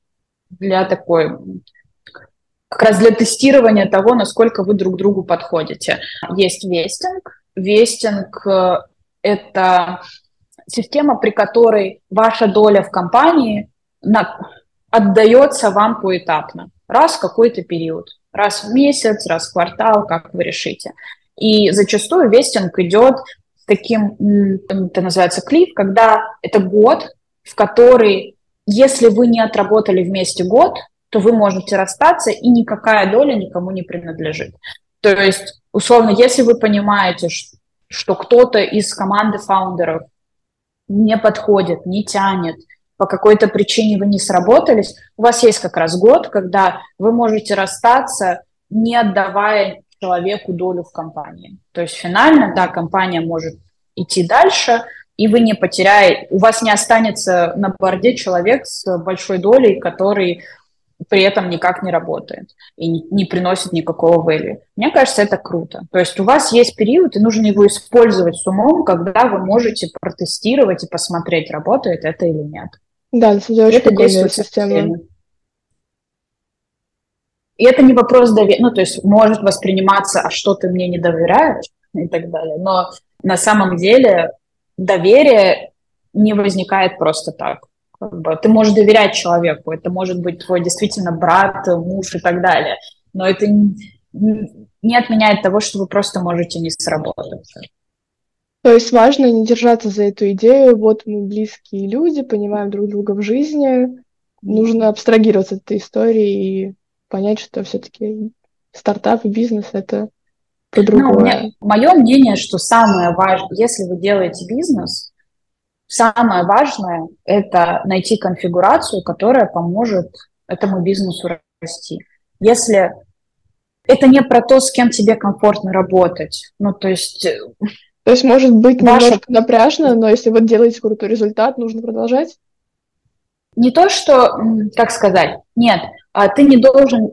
S2: для такой, как раз для тестирования того, насколько вы друг другу подходите. Есть вестинг. Вестинг – это система, при которой ваша доля в компании на, отдается вам поэтапно, раз в какой-то период, раз в месяц, раз в квартал, как вы решите. И зачастую вестинг идет с таким, это называется клифф, когда это год, в который, если вы не отработали вместе год, то вы можете расстаться, и никакая доля никому не принадлежит. То есть, условно, если вы понимаете, что кто-то из команды фаундеров не подходит, не тянет, по какой-то причине вы не сработались, у вас есть как раз год, когда вы можете расстаться, не отдавая человеку долю в компании. То есть финально, да, компания может идти дальше, и вы не потеряете, у вас не останется на борде человек с большой долей, который при этом никак не работает и не, не приносит никакого value. Мне кажется, это круто. То есть у вас есть период, и нужно его использовать с умом, когда вы можете протестировать и посмотреть, работает это или нет.
S1: Да, это очень прикольная система.
S2: И это не вопрос доверия, ну, то есть может восприниматься, а что ты мне не доверяешь и так далее, но на самом деле доверие не возникает просто так. Как бы, ты можешь доверять человеку, это может быть твой действительно брат, муж и так далее, но это не, не отменяет того, что вы просто можете не сработаться.
S1: То есть важно не держаться за эту идею, вот мы близкие люди, понимаем друг друга в жизни, нужно абстрагироваться от этой истории и понять, что все-таки стартап и бизнес — это про другое.
S2: Ну, мне, мое мнение, что самое важное, если вы делаете бизнес, самое важное – это найти конфигурацию, которая поможет этому бизнесу расти. Если это не про то, с кем тебе комфортно работать, ну, то есть…
S1: То есть, может быть,
S2: ваша...
S1: немножко напряжно, но если вы делаете крутой результат, нужно продолжать?
S2: Не то, что, как сказать, нет, ты не должен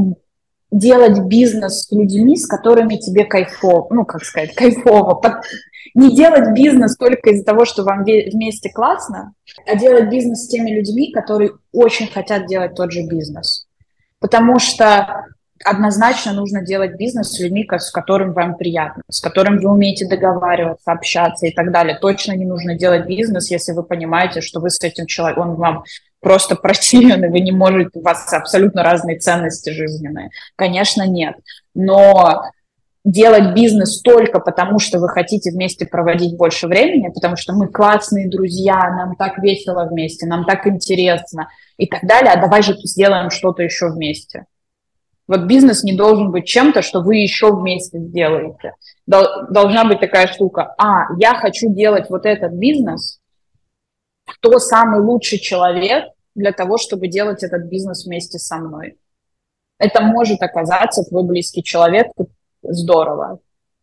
S2: делать бизнес с людьми, с которыми тебе кайфово, ну, как сказать, кайфово. Не делать бизнес только из-за того, что вам вместе классно, а делать бизнес с теми людьми, которые очень хотят делать тот же бизнес. Потому что однозначно нужно делать бизнес с людьми, с которыми вам приятно, с которыми вы умеете договариваться, общаться и так далее. Точно не нужно делать бизнес, если вы понимаете, что вы с этим человеком, он вам просто противен, и вы не можете, у вас абсолютно разные ценности жизненные. Конечно, нет. Но делать бизнес только потому, что вы хотите вместе проводить больше времени, потому что мы классные друзья, нам так весело вместе, нам так интересно и так далее, а давай же сделаем что-то еще вместе. Вот бизнес не должен быть чем-то, что вы еще вместе сделаете. Должна быть такая штука. А, я хочу делать вот этот бизнес. Кто самый лучший человек для того, чтобы делать этот бизнес вместе со мной? Это может оказаться твой близкий человек. Здорово.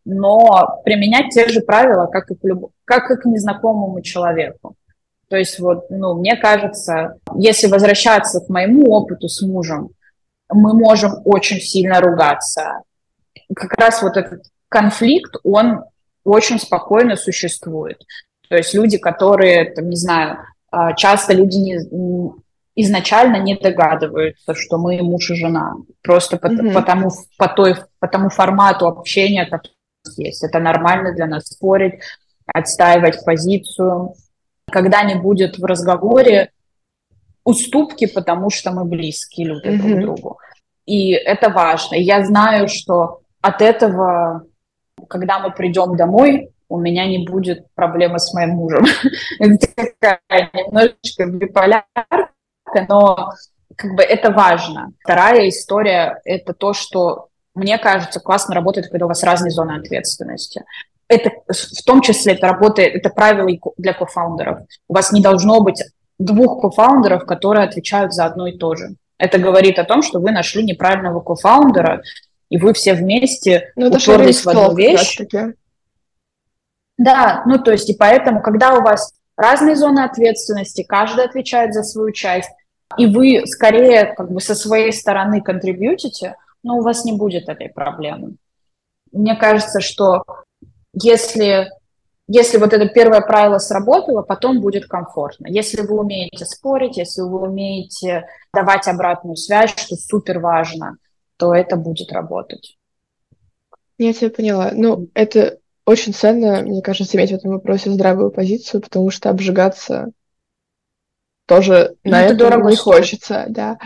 S2: Но применять те же правила, как и к, люб... как и к незнакомому человеку. То есть вот, ну, мне кажется, если возвращаться к моему опыту с мужем, мы можем очень сильно ругаться. Как раз вот этот конфликт, он очень спокойно существует. То есть люди, которые, там, не знаю, часто люди не, изначально не догадываются, что мы муж и жена. Просто по, mm-hmm. по, тому, по, той, по тому формату общения, который у нас есть. Это нормально для нас спорить, отстаивать позицию. Когда не будет в разговоре уступки, потому что мы близкие люди mm-hmm. друг другу. И это важно. И я знаю, что от этого когда мы придем домой, у меня не будет проблемы с моим мужем. Это такая немножечко биполярка, но как бы это важно. Вторая история – это то, что, мне кажется, классно работает, когда у вас разные зоны ответственности. Это, в том числе это работает, это правило для кофаундеров. У вас не должно быть двух кофаундеров, которые отвечают за одно и то же. Это говорит о том, что вы нашли неправильного кофаундера, и вы все вместе
S1: ну,
S2: уперлись в одну вещь. Да, ну то есть и поэтому, когда у вас разные зоны ответственности, каждый отвечает за свою часть, и вы скорее как бы со своей стороны контрибьютите, но у вас не будет этой проблемы. Мне кажется, что если, если вот это первое правило сработало, потом будет комфортно. Если вы умеете спорить, если вы умеете давать обратную связь, что супер важно, то это будет работать.
S1: Я тебя поняла. Ну, это очень ценно, мне кажется, иметь в этом вопросе здравую позицию, потому что обжигаться тоже ну, на это этом не стоит. Хочется, да.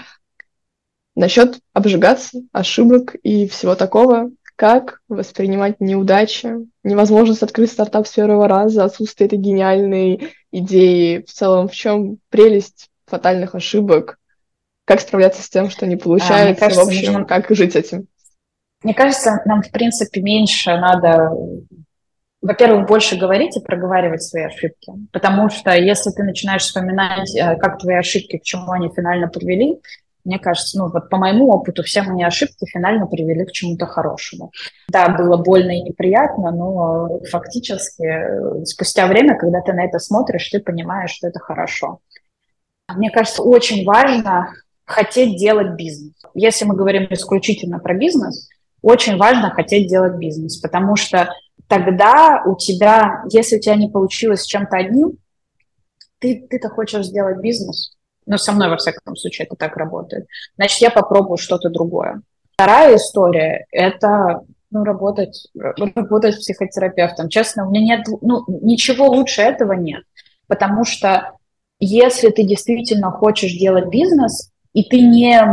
S1: Насчет обжигаться, ошибок и всего такого, как воспринимать неудачи, невозможность открыть стартап с первого раза, отсутствие этой гениальной идеи, в целом, в чем прелесть фатальных ошибок, как справляться с тем, что не получается, а, кажется, в общем, нужно... как жить этим?
S2: Мне кажется, нам, в принципе, меньше надо, во-первых, больше говорить и проговаривать свои ошибки, потому что если ты начинаешь вспоминать, как твои ошибки, к чему они финально привели, мне кажется, ну вот по моему опыту все мои ошибки финально привели к чему-то хорошему. Да, было больно и неприятно, но фактически спустя время, когда ты на это смотришь, ты понимаешь, что это хорошо. Мне кажется, очень важно хотеть делать бизнес. Если мы говорим исключительно про бизнес, очень важно хотеть делать бизнес, потому что тогда у тебя, если у тебя не получилось с чем-то одним, ты, ты-то хочешь сделать бизнес. Но со мной, во всяком случае, это так работает. Значит, я попробую что-то другое. Вторая история – это ну, работать, работать психотерапевтом. Честно, у меня нет, ну, ничего лучше этого нет. Потому что если ты действительно хочешь делать бизнес, и ты не,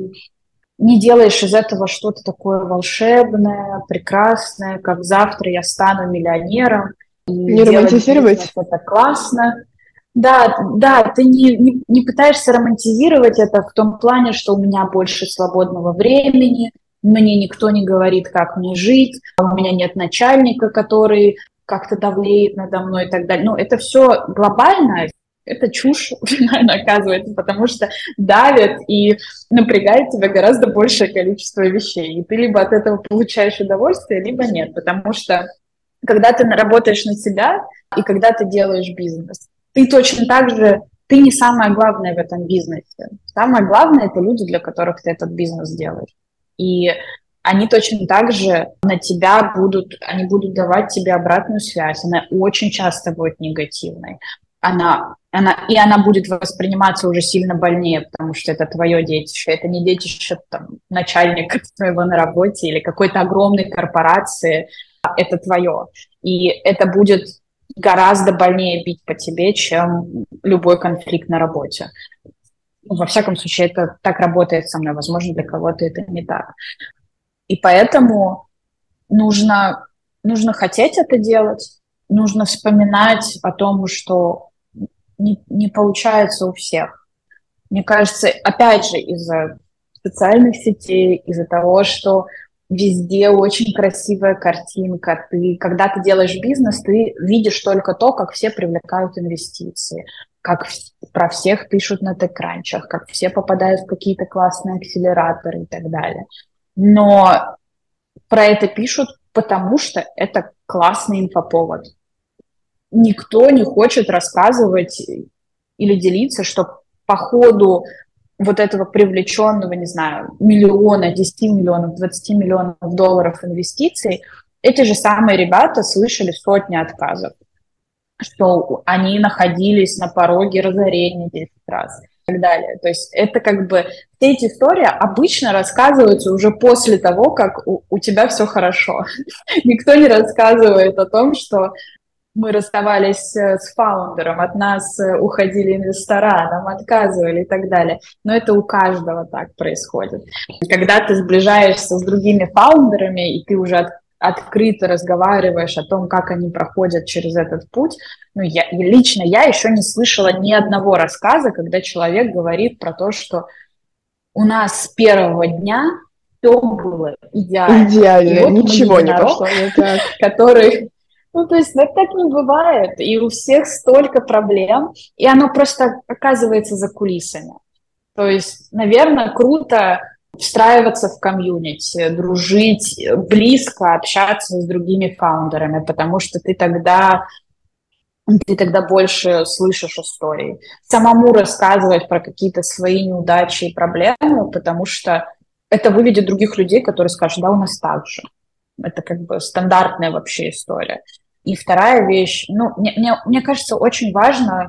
S2: не делаешь из этого что-то такое волшебное, прекрасное, как завтра я стану миллионером, и
S1: не романтизировать.
S2: Бизнес, это классно. Да, да, ты не, не, не пытаешься романтизировать это в том плане, что у меня больше свободного времени, мне никто не говорит, как мне жить, у меня нет начальника, который как-то давлеет надо мной и так далее. Ну, это все глобально, это чушь финально оказывается, потому что давит и напрягает тебя гораздо большее количество вещей. И ты либо от этого получаешь удовольствие, либо нет, потому что когда ты работаешь на себя и когда ты делаешь бизнес, ты точно так же, ты не самое главное в этом бизнесе. Самое главное – это люди, для которых ты этот бизнес делаешь. И они точно так же на тебя будут, они будут давать тебе обратную связь. Она очень часто будет негативной. Она, она, и она будет восприниматься уже сильно больнее, потому что это твое детище. Это не детище там, начальника твоего на работе или какой-то огромной корпорации. Это твое. И это будет гораздо больнее бить по тебе, чем любой конфликт на работе. Во всяком случае, это так работает со мной. Возможно, для кого-то это не так. И поэтому нужно, нужно хотеть это делать, нужно вспоминать о том, что не, не получается у всех. Мне кажется, опять же, из-за социальных сетей, из-за того, что везде очень красивая картинка. Ты, когда ты делаешь бизнес, ты видишь только то, как все привлекают инвестиции, как про всех пишут на TechCrunch, как все попадают в какие-то классные акселераторы и так далее. Но про это пишут, потому что это классный инфоповод. Никто не хочет рассказывать или делиться, что по ходу вот этого привлеченного, не знаю, миллиона, десяти миллионов, двадцати миллионов долларов инвестиций, эти же самые ребята слышали сотни отказов, что они находились на пороге разорения десять раз и так далее. То есть это как бы, все эти истории обычно рассказываются уже после того, как у, у тебя все хорошо. Никто не рассказывает о том, что мы расставались с фаундером, от нас уходили инвестора, нам отказывали и так далее. Но это у каждого так происходит. Когда ты сближаешься с другими фаундерами, и ты уже от, открыто разговариваешь о том, как они проходят через этот путь. Ну, я, лично я еще не слышала ни одного рассказа, когда человек говорит про то, что у нас с первого дня все было идеально. И
S1: Идеально,
S2: вот мы
S1: ничего не
S2: единорог,
S1: пошло не так.
S2: который... Ну, то есть, ну, так не бывает. И у всех столько проблем, и оно просто оказывается за кулисами. То есть, наверное, круто встраиваться в комьюнити, дружить, близко общаться с другими фаундерами, потому что ты тогда, ты тогда больше слышишь историй. Самому рассказывать про какие-то свои неудачи и проблемы, потому что это выведет других людей, которые скажут, да, у нас так же. Это как бы стандартная вообще история. И вторая вещь, ну, мне, мне, мне кажется, очень важно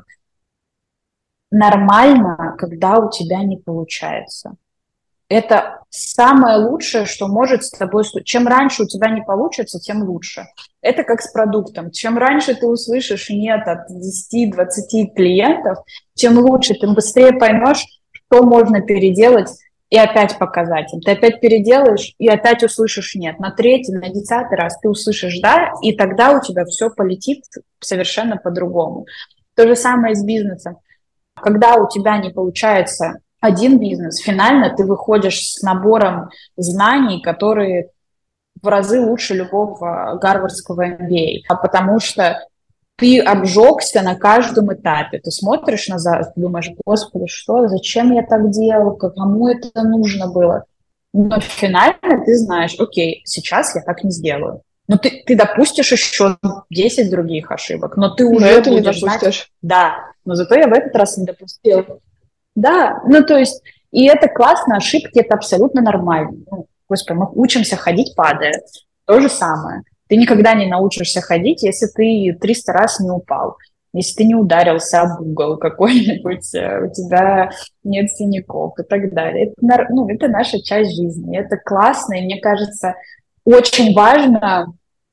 S2: нормально, когда у тебя не получается. Это самое лучшее, что может с тобой случиться. Чем раньше у тебя не получится, тем лучше. Это как с продуктом. Чем раньше ты услышишь «нет» от десяти-двадцати клиентов, тем лучше, тем быстрее поймешь, что можно переделать и опять показать им. Ты опять переделаешь и опять услышишь «нет». На третий, на десятый раз ты услышишь «да», и тогда у тебя все полетит совершенно по-другому. То же самое с бизнесом. Когда у тебя не получается один бизнес, финально ты выходишь с набором знаний, которые в разы лучше любого гарвардского эм би эй, а потому что ты обжегся на каждом этапе. Ты смотришь назад, думаешь, господи, что, зачем я так делал, кому это нужно было? Но финально ты знаешь, окей, сейчас я так не сделаю. Но ты, ты допустишь еще десять других ошибок, но ты
S1: Но
S2: уже
S1: это не
S2: будешь знать,
S1: допустишь.
S2: да, но зато я в этот раз не допустил. Да, ну то есть, и это классно, ошибки это абсолютно нормально. Ну, господи, мы учимся ходить, падая. То же самое. Ты никогда не научишься ходить, если ты триста раз не упал, если ты не ударился об угол какой-нибудь, у тебя нет синяков и так далее. Это, ну, это наша часть жизни, это классно, и мне кажется, очень важно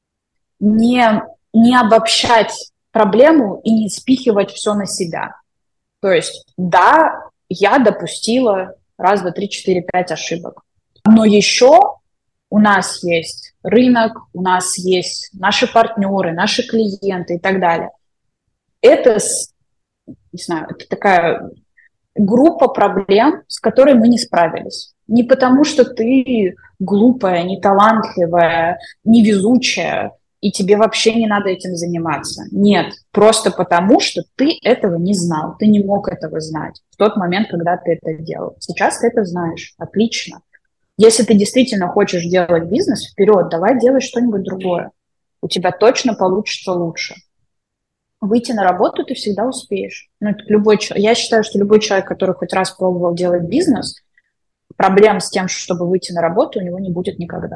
S2: не, не обобщать проблему и не спихивать все на себя. То есть, да, я допустила раз, два, три, четыре, пять ошибок. Но еще у нас есть рынок, у нас есть наши партнеры, наши клиенты и так далее. Это, не знаю, это такая группа проблем, с которой мы не справились. Не потому, что ты глупая, неталантливая, невезучая, и тебе вообще не надо этим заниматься. Нет, просто потому, что ты этого не знал, ты не мог этого знать в тот момент, когда ты это делал. Сейчас ты это знаешь, отлично. Если ты действительно хочешь делать бизнес, вперед, давай делай что-нибудь другое. У тебя точно получится лучше. Выйти на работу ты всегда успеешь. Ну, это любой, я считаю, что любой человек, который хоть раз пробовал делать бизнес, проблем с тем, чтобы выйти на работу, у него не будет никогда.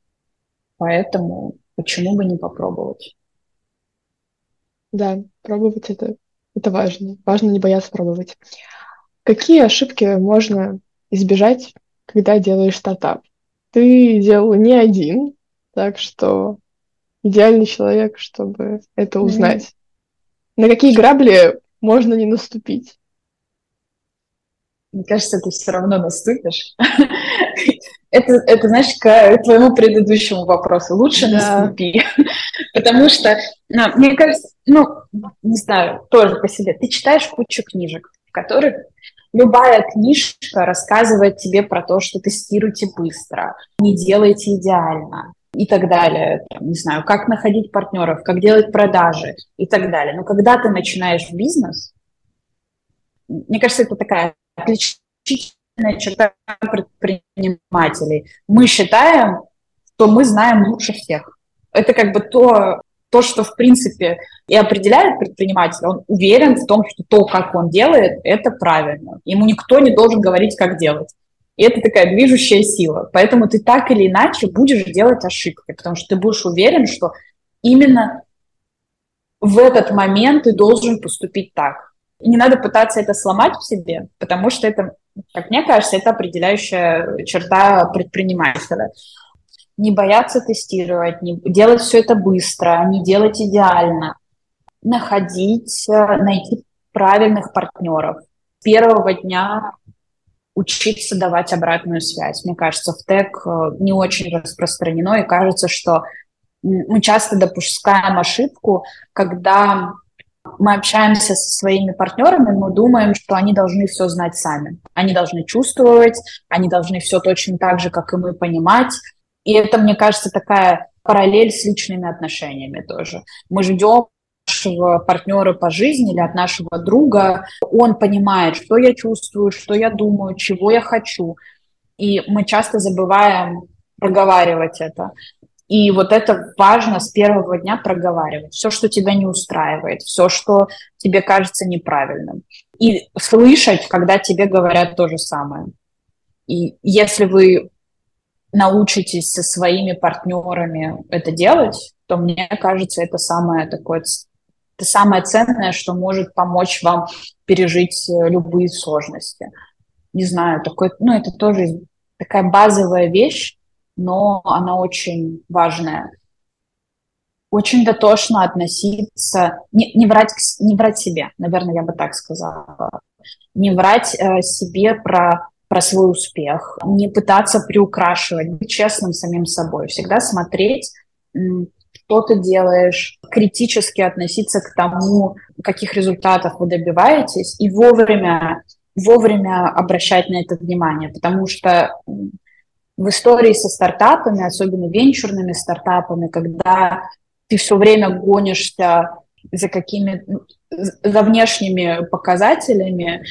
S2: Поэтому почему бы не попробовать?
S1: Да, пробовать это, это важно. Важно не бояться пробовать. Какие ошибки можно избежать, когда делаешь стартап? Ты делал не один, так что идеальный человек, чтобы это узнать. На какие грабли можно не наступить?
S2: Мне кажется, ты все равно наступишь. Это, это, знаешь, к твоему предыдущему вопросу. Лучше
S1: Да.
S2: наступи. Потому что, ну, мне кажется, ну, не знаю, тоже по себе. Ты читаешь кучу книжек, в которых любая книжка рассказывает тебе про то, что тестируйте быстро, не делайте идеально и так далее. Там, не знаю, как находить партнеров, как делать продажи и так далее. Но когда ты начинаешь бизнес, мне кажется, это такая отличительная черта предпринимателей. Мы считаем, что мы знаем лучше всех. Это как бы то, то, что, в принципе, и определяет предпринимателя. Он уверен в том, что то, как он делает, это правильно. Ему никто не должен говорить, как делать. И это такая движущая сила. Поэтому ты так или иначе будешь делать ошибки, потому что ты будешь уверен, что именно в этот момент ты должен поступить так. И не надо пытаться это сломать в себе, потому что это, как мне кажется, это определяющая черта предпринимателя. Не бояться тестировать, не делать все это быстро, не делать идеально. Находить, найти правильных партнеров. С первого дня учиться давать обратную связь. Мне кажется, в тег не очень распространено, и кажется, что Мы часто допускаем ошибку, когда мы общаемся со своими партнерами, мы думаем, что они должны все знать сами. Они должны чувствовать, они должны все точно так же, как и мы, понимать. И это, мне кажется, такая параллель с личными отношениями тоже. Мы ждем нашего партнера по жизни или от нашего друга. Он понимает, что я чувствую, что я думаю, чего я хочу. И мы часто забываем проговаривать это. И вот это важно с первого дня проговаривать. Все, что тебя не устраивает, все, что тебе кажется неправильным. И слышать, когда тебе говорят то же самое. И если вы научитесь со своими партнерами это делать, то, мне кажется, это самое такое, это самое ценное, что может помочь вам пережить любые сложности. Не знаю, такой, ну, это тоже такая базовая вещь, но она очень важная. Очень дотошно относиться, не, не, врать, не врать себе, наверное, я бы так сказала. Не врать э, себе про, про свой успех, не пытаться приукрашивать, быть честным самим собой, всегда смотреть, м, что ты делаешь, критически относиться к тому, каких результатов вы добиваетесь, и вовремя, вовремя обращать на это внимание, потому что в истории со стартапами, особенно венчурными стартапами, когда ты все время гонишься за какими за внешними показателями,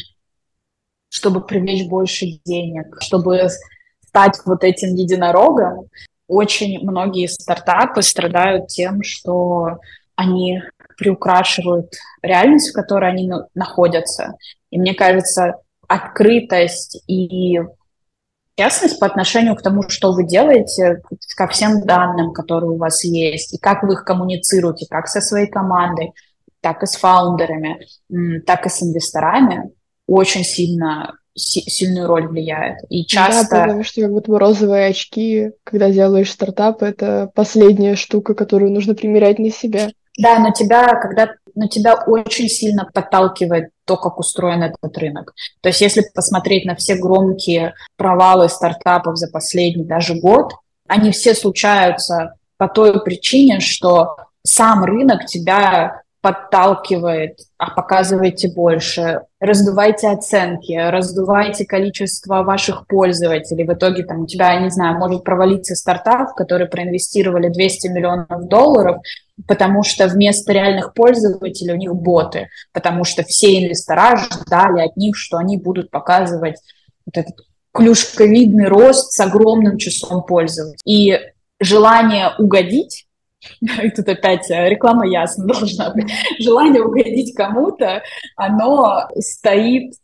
S2: чтобы привлечь больше денег, чтобы стать вот этим единорогом, очень многие стартапы страдают тем, что они приукрашивают реальность, в которой они находятся. И мне кажется, открытость и честность по отношению к тому, что вы делаете, ко всем данным, которые у вас есть, и как вы их коммуницируете, как со своей командой, так и с фаундерами, так и с инвесторами, очень сильно, си- сильную роль влияет. И
S1: Да,
S2: часто...
S1: потому что как будто бы розовые очки, когда делаешь стартап, это последняя штука, которую нужно примерять на себя.
S2: Да, но тебя, когда, но тебя очень сильно подталкивает то, как устроен этот рынок. То есть если посмотреть на все громкие провалы стартапов за последний даже год, они все случаются по той причине, что сам рынок тебя подталкивает, а показывайте больше, раздувайте оценки, раздувайте количество ваших пользователей. В итоге там у тебя, не знаю, может провалиться стартап, в который проинвестировали двести миллионов долларов, потому что вместо реальных пользователей у них боты, потому что все инвестора ждали от них, что они будут показывать вот этот клюшковидный рост с огромным числом пользователей. И желание угодить, и тут опять реклама ясно должна быть, желание угодить кому-то, оно стоит,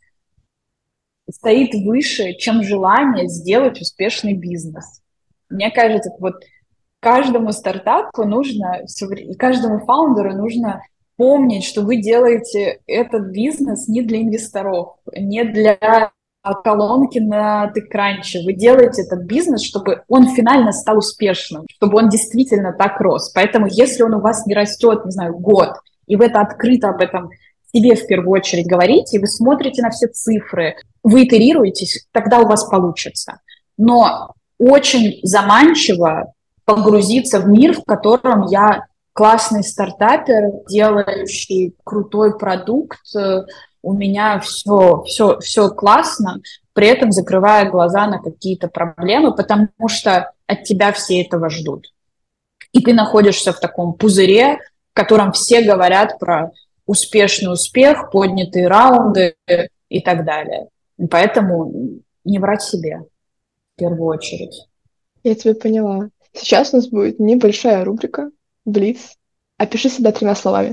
S2: стоит выше, чем желание сделать успешный бизнес. Мне кажется, вот каждому стартапу нужно, каждому фаундеру нужно помнить, что вы делаете этот бизнес не для инвесторов, не для колонки на TechCrunch. Вы делаете этот бизнес, чтобы он финально стал успешным, чтобы он действительно так рос. Поэтому если он у вас не растет, не знаю, год, и вы это открыто об этом себе в первую очередь говорите, и вы смотрите на все цифры, вы итерируетесь, тогда у вас получится. Но очень заманчиво погрузиться в мир, в котором я классный стартапер, делающий крутой продукт, у меня все, все, все классно, при этом закрывая глаза на какие-то проблемы, потому что от тебя все этого ждут. И ты находишься в таком пузыре, в котором все говорят про успешный успех, поднятые раунды и так далее. И поэтому не врать себе в первую очередь.
S1: Я тебя поняла. Сейчас у нас будет небольшая рубрика «Блиц». Опиши себя тремя словами.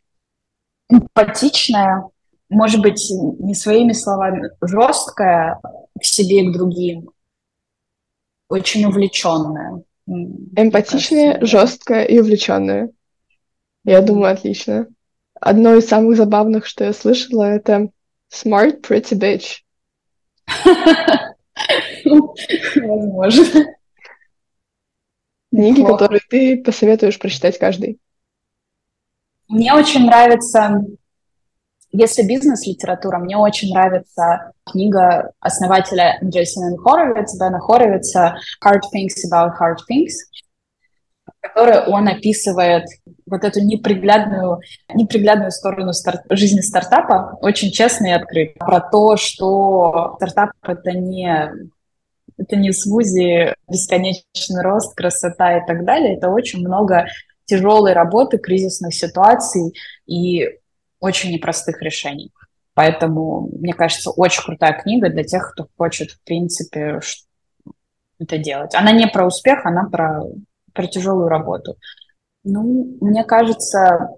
S2: Эмпатичная, может быть, не своими словами, жесткая к себе и к другим, очень увлеченная.
S1: Эмпатичная,
S2: кажется,
S1: жесткая и увлеченная. Я думаю, отлично. Одно из самых забавных, что я слышала, это «smart, pretty bitch».
S2: Возможно.
S1: Книги, которые ты посоветуешь прочитать каждый.
S2: Мне очень нравится, если бизнес-литература, мне очень нравится книга основателя Джейсона Хоровица, Бена Хоровица «Hard Things About Hard Things». которой он описывает вот эту неприглядную, неприглядную сторону старт, жизни стартапа, очень честно и открыто. Про то, что стартап — это не, это не смузи, бесконечный рост, красота и так далее. Это очень много тяжелой работы, кризисных ситуаций и очень непростых решений. Поэтому, мне кажется, очень крутая книга для тех, кто хочет, в принципе, это делать. Она не про успех, она про, про тяжелую работу. Ну, мне кажется,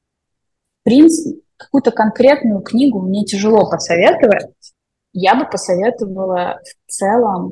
S2: в принципе, какую-то конкретную книгу мне тяжело посоветовать. Я бы посоветовала в целом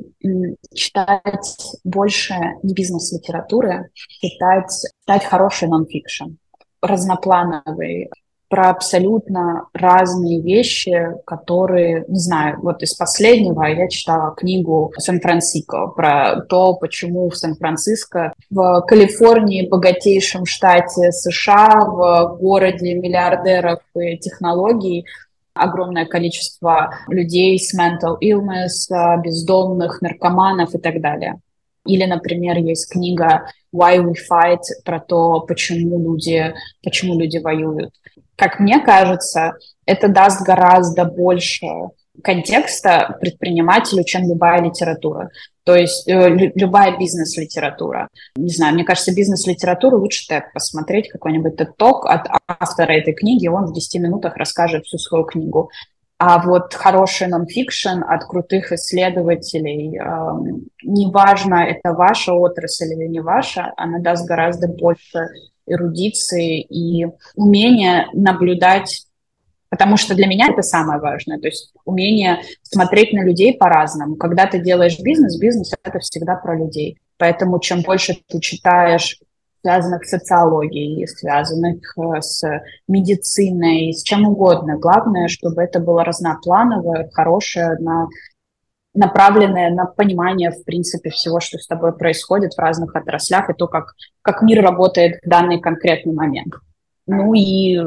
S2: читать больше не бизнес-литературы, читать, читать хороший нон-фикшн, разноплановый, про абсолютно разные вещи, которые, не знаю, вот из последнего я читала книгу «Сан-Франциско» про то, почему в Сан-Франциско, в Калифорнии, богатейшем штате США, в городе миллиардеров и технологий, огромное количество людей с mental illness, бездомных, наркоманов и так далее. Или, например, есть книга «Why We Fight» про то, почему люди, почему люди воюют. Как мне кажется, это даст гораздо больше контекста предпринимателю, чем любая литература. То есть э, любая бизнес-литература. Не знаю, мне кажется, бизнес-литературу лучше TED посмотреть, какой-нибудь TED-ток от автора этой книги, он в десяти минутах расскажет всю свою книгу. А вот хороший нон-фикшн от крутых исследователей, э, неважно, это ваша отрасль или не ваша, она даст гораздо больше эрудиции и умения наблюдать, потому что для меня это самое важное, то есть умение смотреть на людей по-разному. Когда ты делаешь бизнес, бизнес — это всегда про людей. Поэтому чем больше ты читаешь, связанных с социологией, связанных с медициной, с чем угодно, главное, чтобы это было разноплановое, хорошее, на направленное на понимание, в принципе, всего, что с тобой происходит в разных отраслях, и то, как, как мир работает в данный конкретный момент. Ну и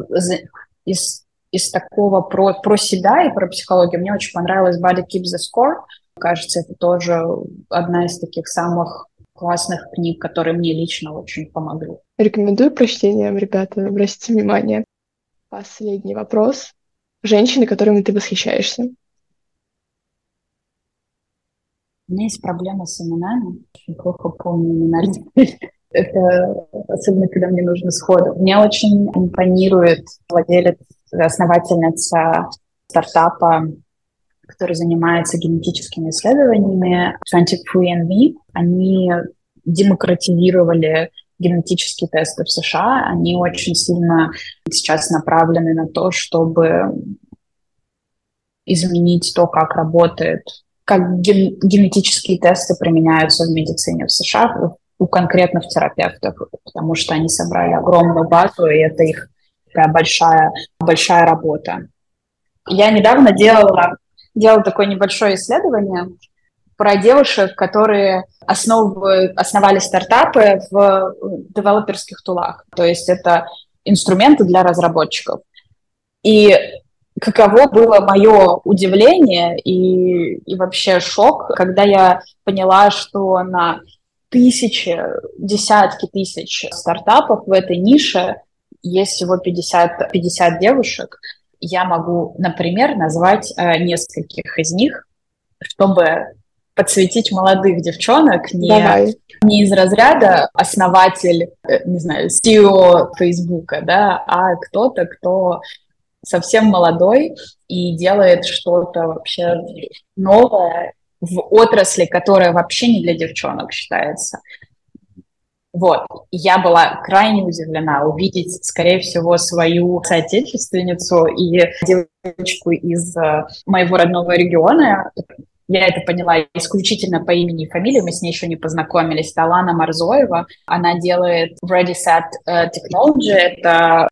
S2: из, из такого про, про себя и про психологию мне очень понравилась Body Keeps the Score. Кажется, это тоже одна из таких самых классных книг, которые мне лично очень помогли.
S1: Рекомендую прочтением, ребята, обратите внимание. Последний вопрос. Женщины, которыми ты восхищаешься?
S2: У меня есть проблема с именами. Очень плохо помню имена людей. Это особенно, когда мне нужно сходу. Мне очень импонирует владелец, основательница стартапа, который занимается генетическими исследованиями, двадцать три энд ми. Они демократизировали генетические тесты в США. Они очень сильно сейчас направлены на то, чтобы изменить то, как работает, как ген- генетические тесты применяются в медицине в США у конкретных терапевтов, потому что они собрали огромную базу, и это их такая большая, большая работа. Я недавно делала, делала такое небольшое исследование про девушек, которые основывают, основали стартапы в девелоперских тулах. То есть это инструменты для разработчиков. И каково было мое удивление и, и вообще шок, когда я поняла, что на тысячи, десятки тысяч стартапов в этой нише есть всего пятьдесят, пятьдесят девушек. Я могу, например, назвать э, нескольких из них, чтобы подсветить молодых девчонок не, не из разряда основатель, э, не знаю, си и о Фейсбука, да, а кто-то, кто совсем молодой и делает что-то вообще новое в отрасли, которая вообще не для девчонок считается. Вот. Я была крайне удивлена увидеть, скорее всего, свою соотечественницу и девочку из моего родного региона. Я это поняла исключительно по имени и фамилии, мы с ней еще не познакомились. Это Алана Марзоева. Она делает Ready Set Technology. Это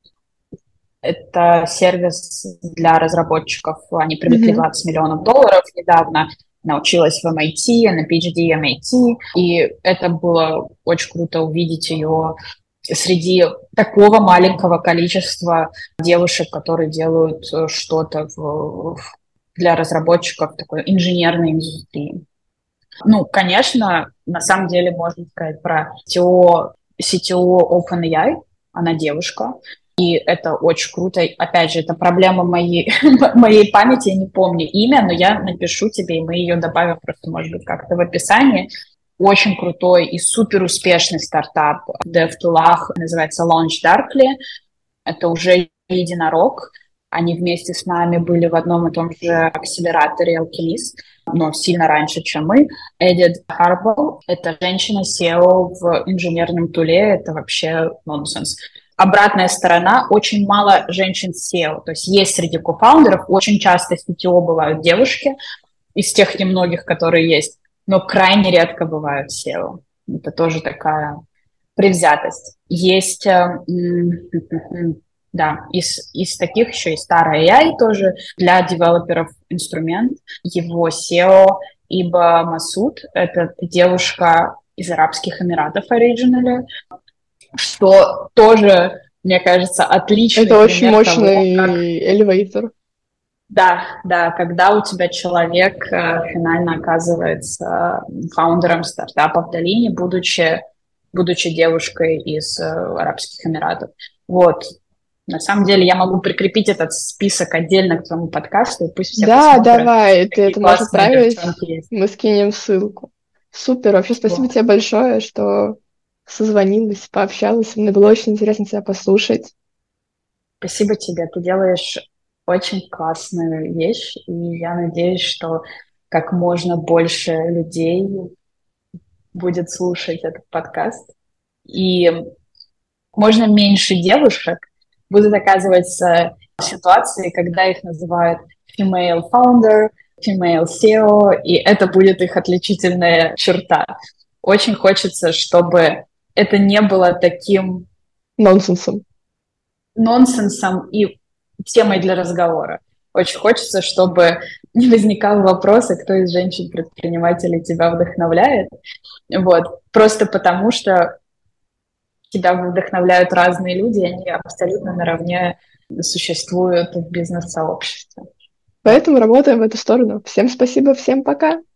S2: Это сервис для разработчиков. Они привлекли двадцать миллионов долларов недавно. Она училась в эм ай ти, на пи эйч ди эм ай ти. И это было очень круто увидеть ее среди такого маленького количества девушек, которые делают что-то в, для разработчиков такой инженерной индустрии. Ну, конечно, на самом деле можно сказать про ТО си ти о OpenAI, она девушка, и это очень круто. Опять же, это проблема моей, моей памяти, я не помню имя, но я напишу тебе, и мы ее добавим просто, может быть, как-то в описании. Очень крутой и супер успешный стартап в DevTool'ах, называется Launch Darkly. Это уже единорог. Они вместе с нами были в одном и том же акселераторе Alchemist, но сильно раньше, чем мы. Эдит Харбл — это женщина си и о в инженерном туле. Это вообще нонсенс. Обратная сторона — очень мало женщин си и о. То есть есть среди кофаундеров, очень часто си ти о бывают девушки, из тех немногих, которые есть, но крайне редко бывают си и о. Это тоже такая предвзятость. Есть... Да, из, из таких еще и старый эй ай тоже для девелоперов инструмент. Его си и о Иба Масуд — это девушка из Арабских Эмиратов originally, что тоже, мне кажется, отличный
S1: Это очень мощный
S2: того, как...
S1: элевейтор.
S2: Да, да, когда у тебя человек э, финально оказывается фаундером стартапа в долине, будучи, будучи девушкой из э, Арабских Эмиратов. Вот. На самом деле я могу прикрепить этот список отдельно к твоему подкасту, и пусть все
S1: Да,
S2: посмотрят.
S1: давай, ты это можешь отправить,
S2: есть.
S1: мы скинем ссылку. Супер, вообще спасибо
S2: Вот.
S1: тебе большое, что созвонилась, пообщалась. Мне было очень интересно тебя послушать.
S2: Спасибо тебе, ты делаешь очень классную вещь, и я надеюсь, что как можно больше людей будет слушать этот подкаст, и можно меньше девушек будут оказываться в ситуации, когда их называют female founder, female си и о, и это будет их отличительная черта. Очень хочется, чтобы это не было таким
S1: Нонсенсом.
S2: нонсенсом и темой для разговора. Очень хочется, чтобы не возникал вопрос, а кто из женщин-предпринимателей тебя вдохновляет. Вот. Просто потому, что тебя вдохновляют разные люди, и они абсолютно наравне существуют в бизнес-сообществе.
S1: Поэтому работаем в эту сторону. Всем спасибо, всем пока.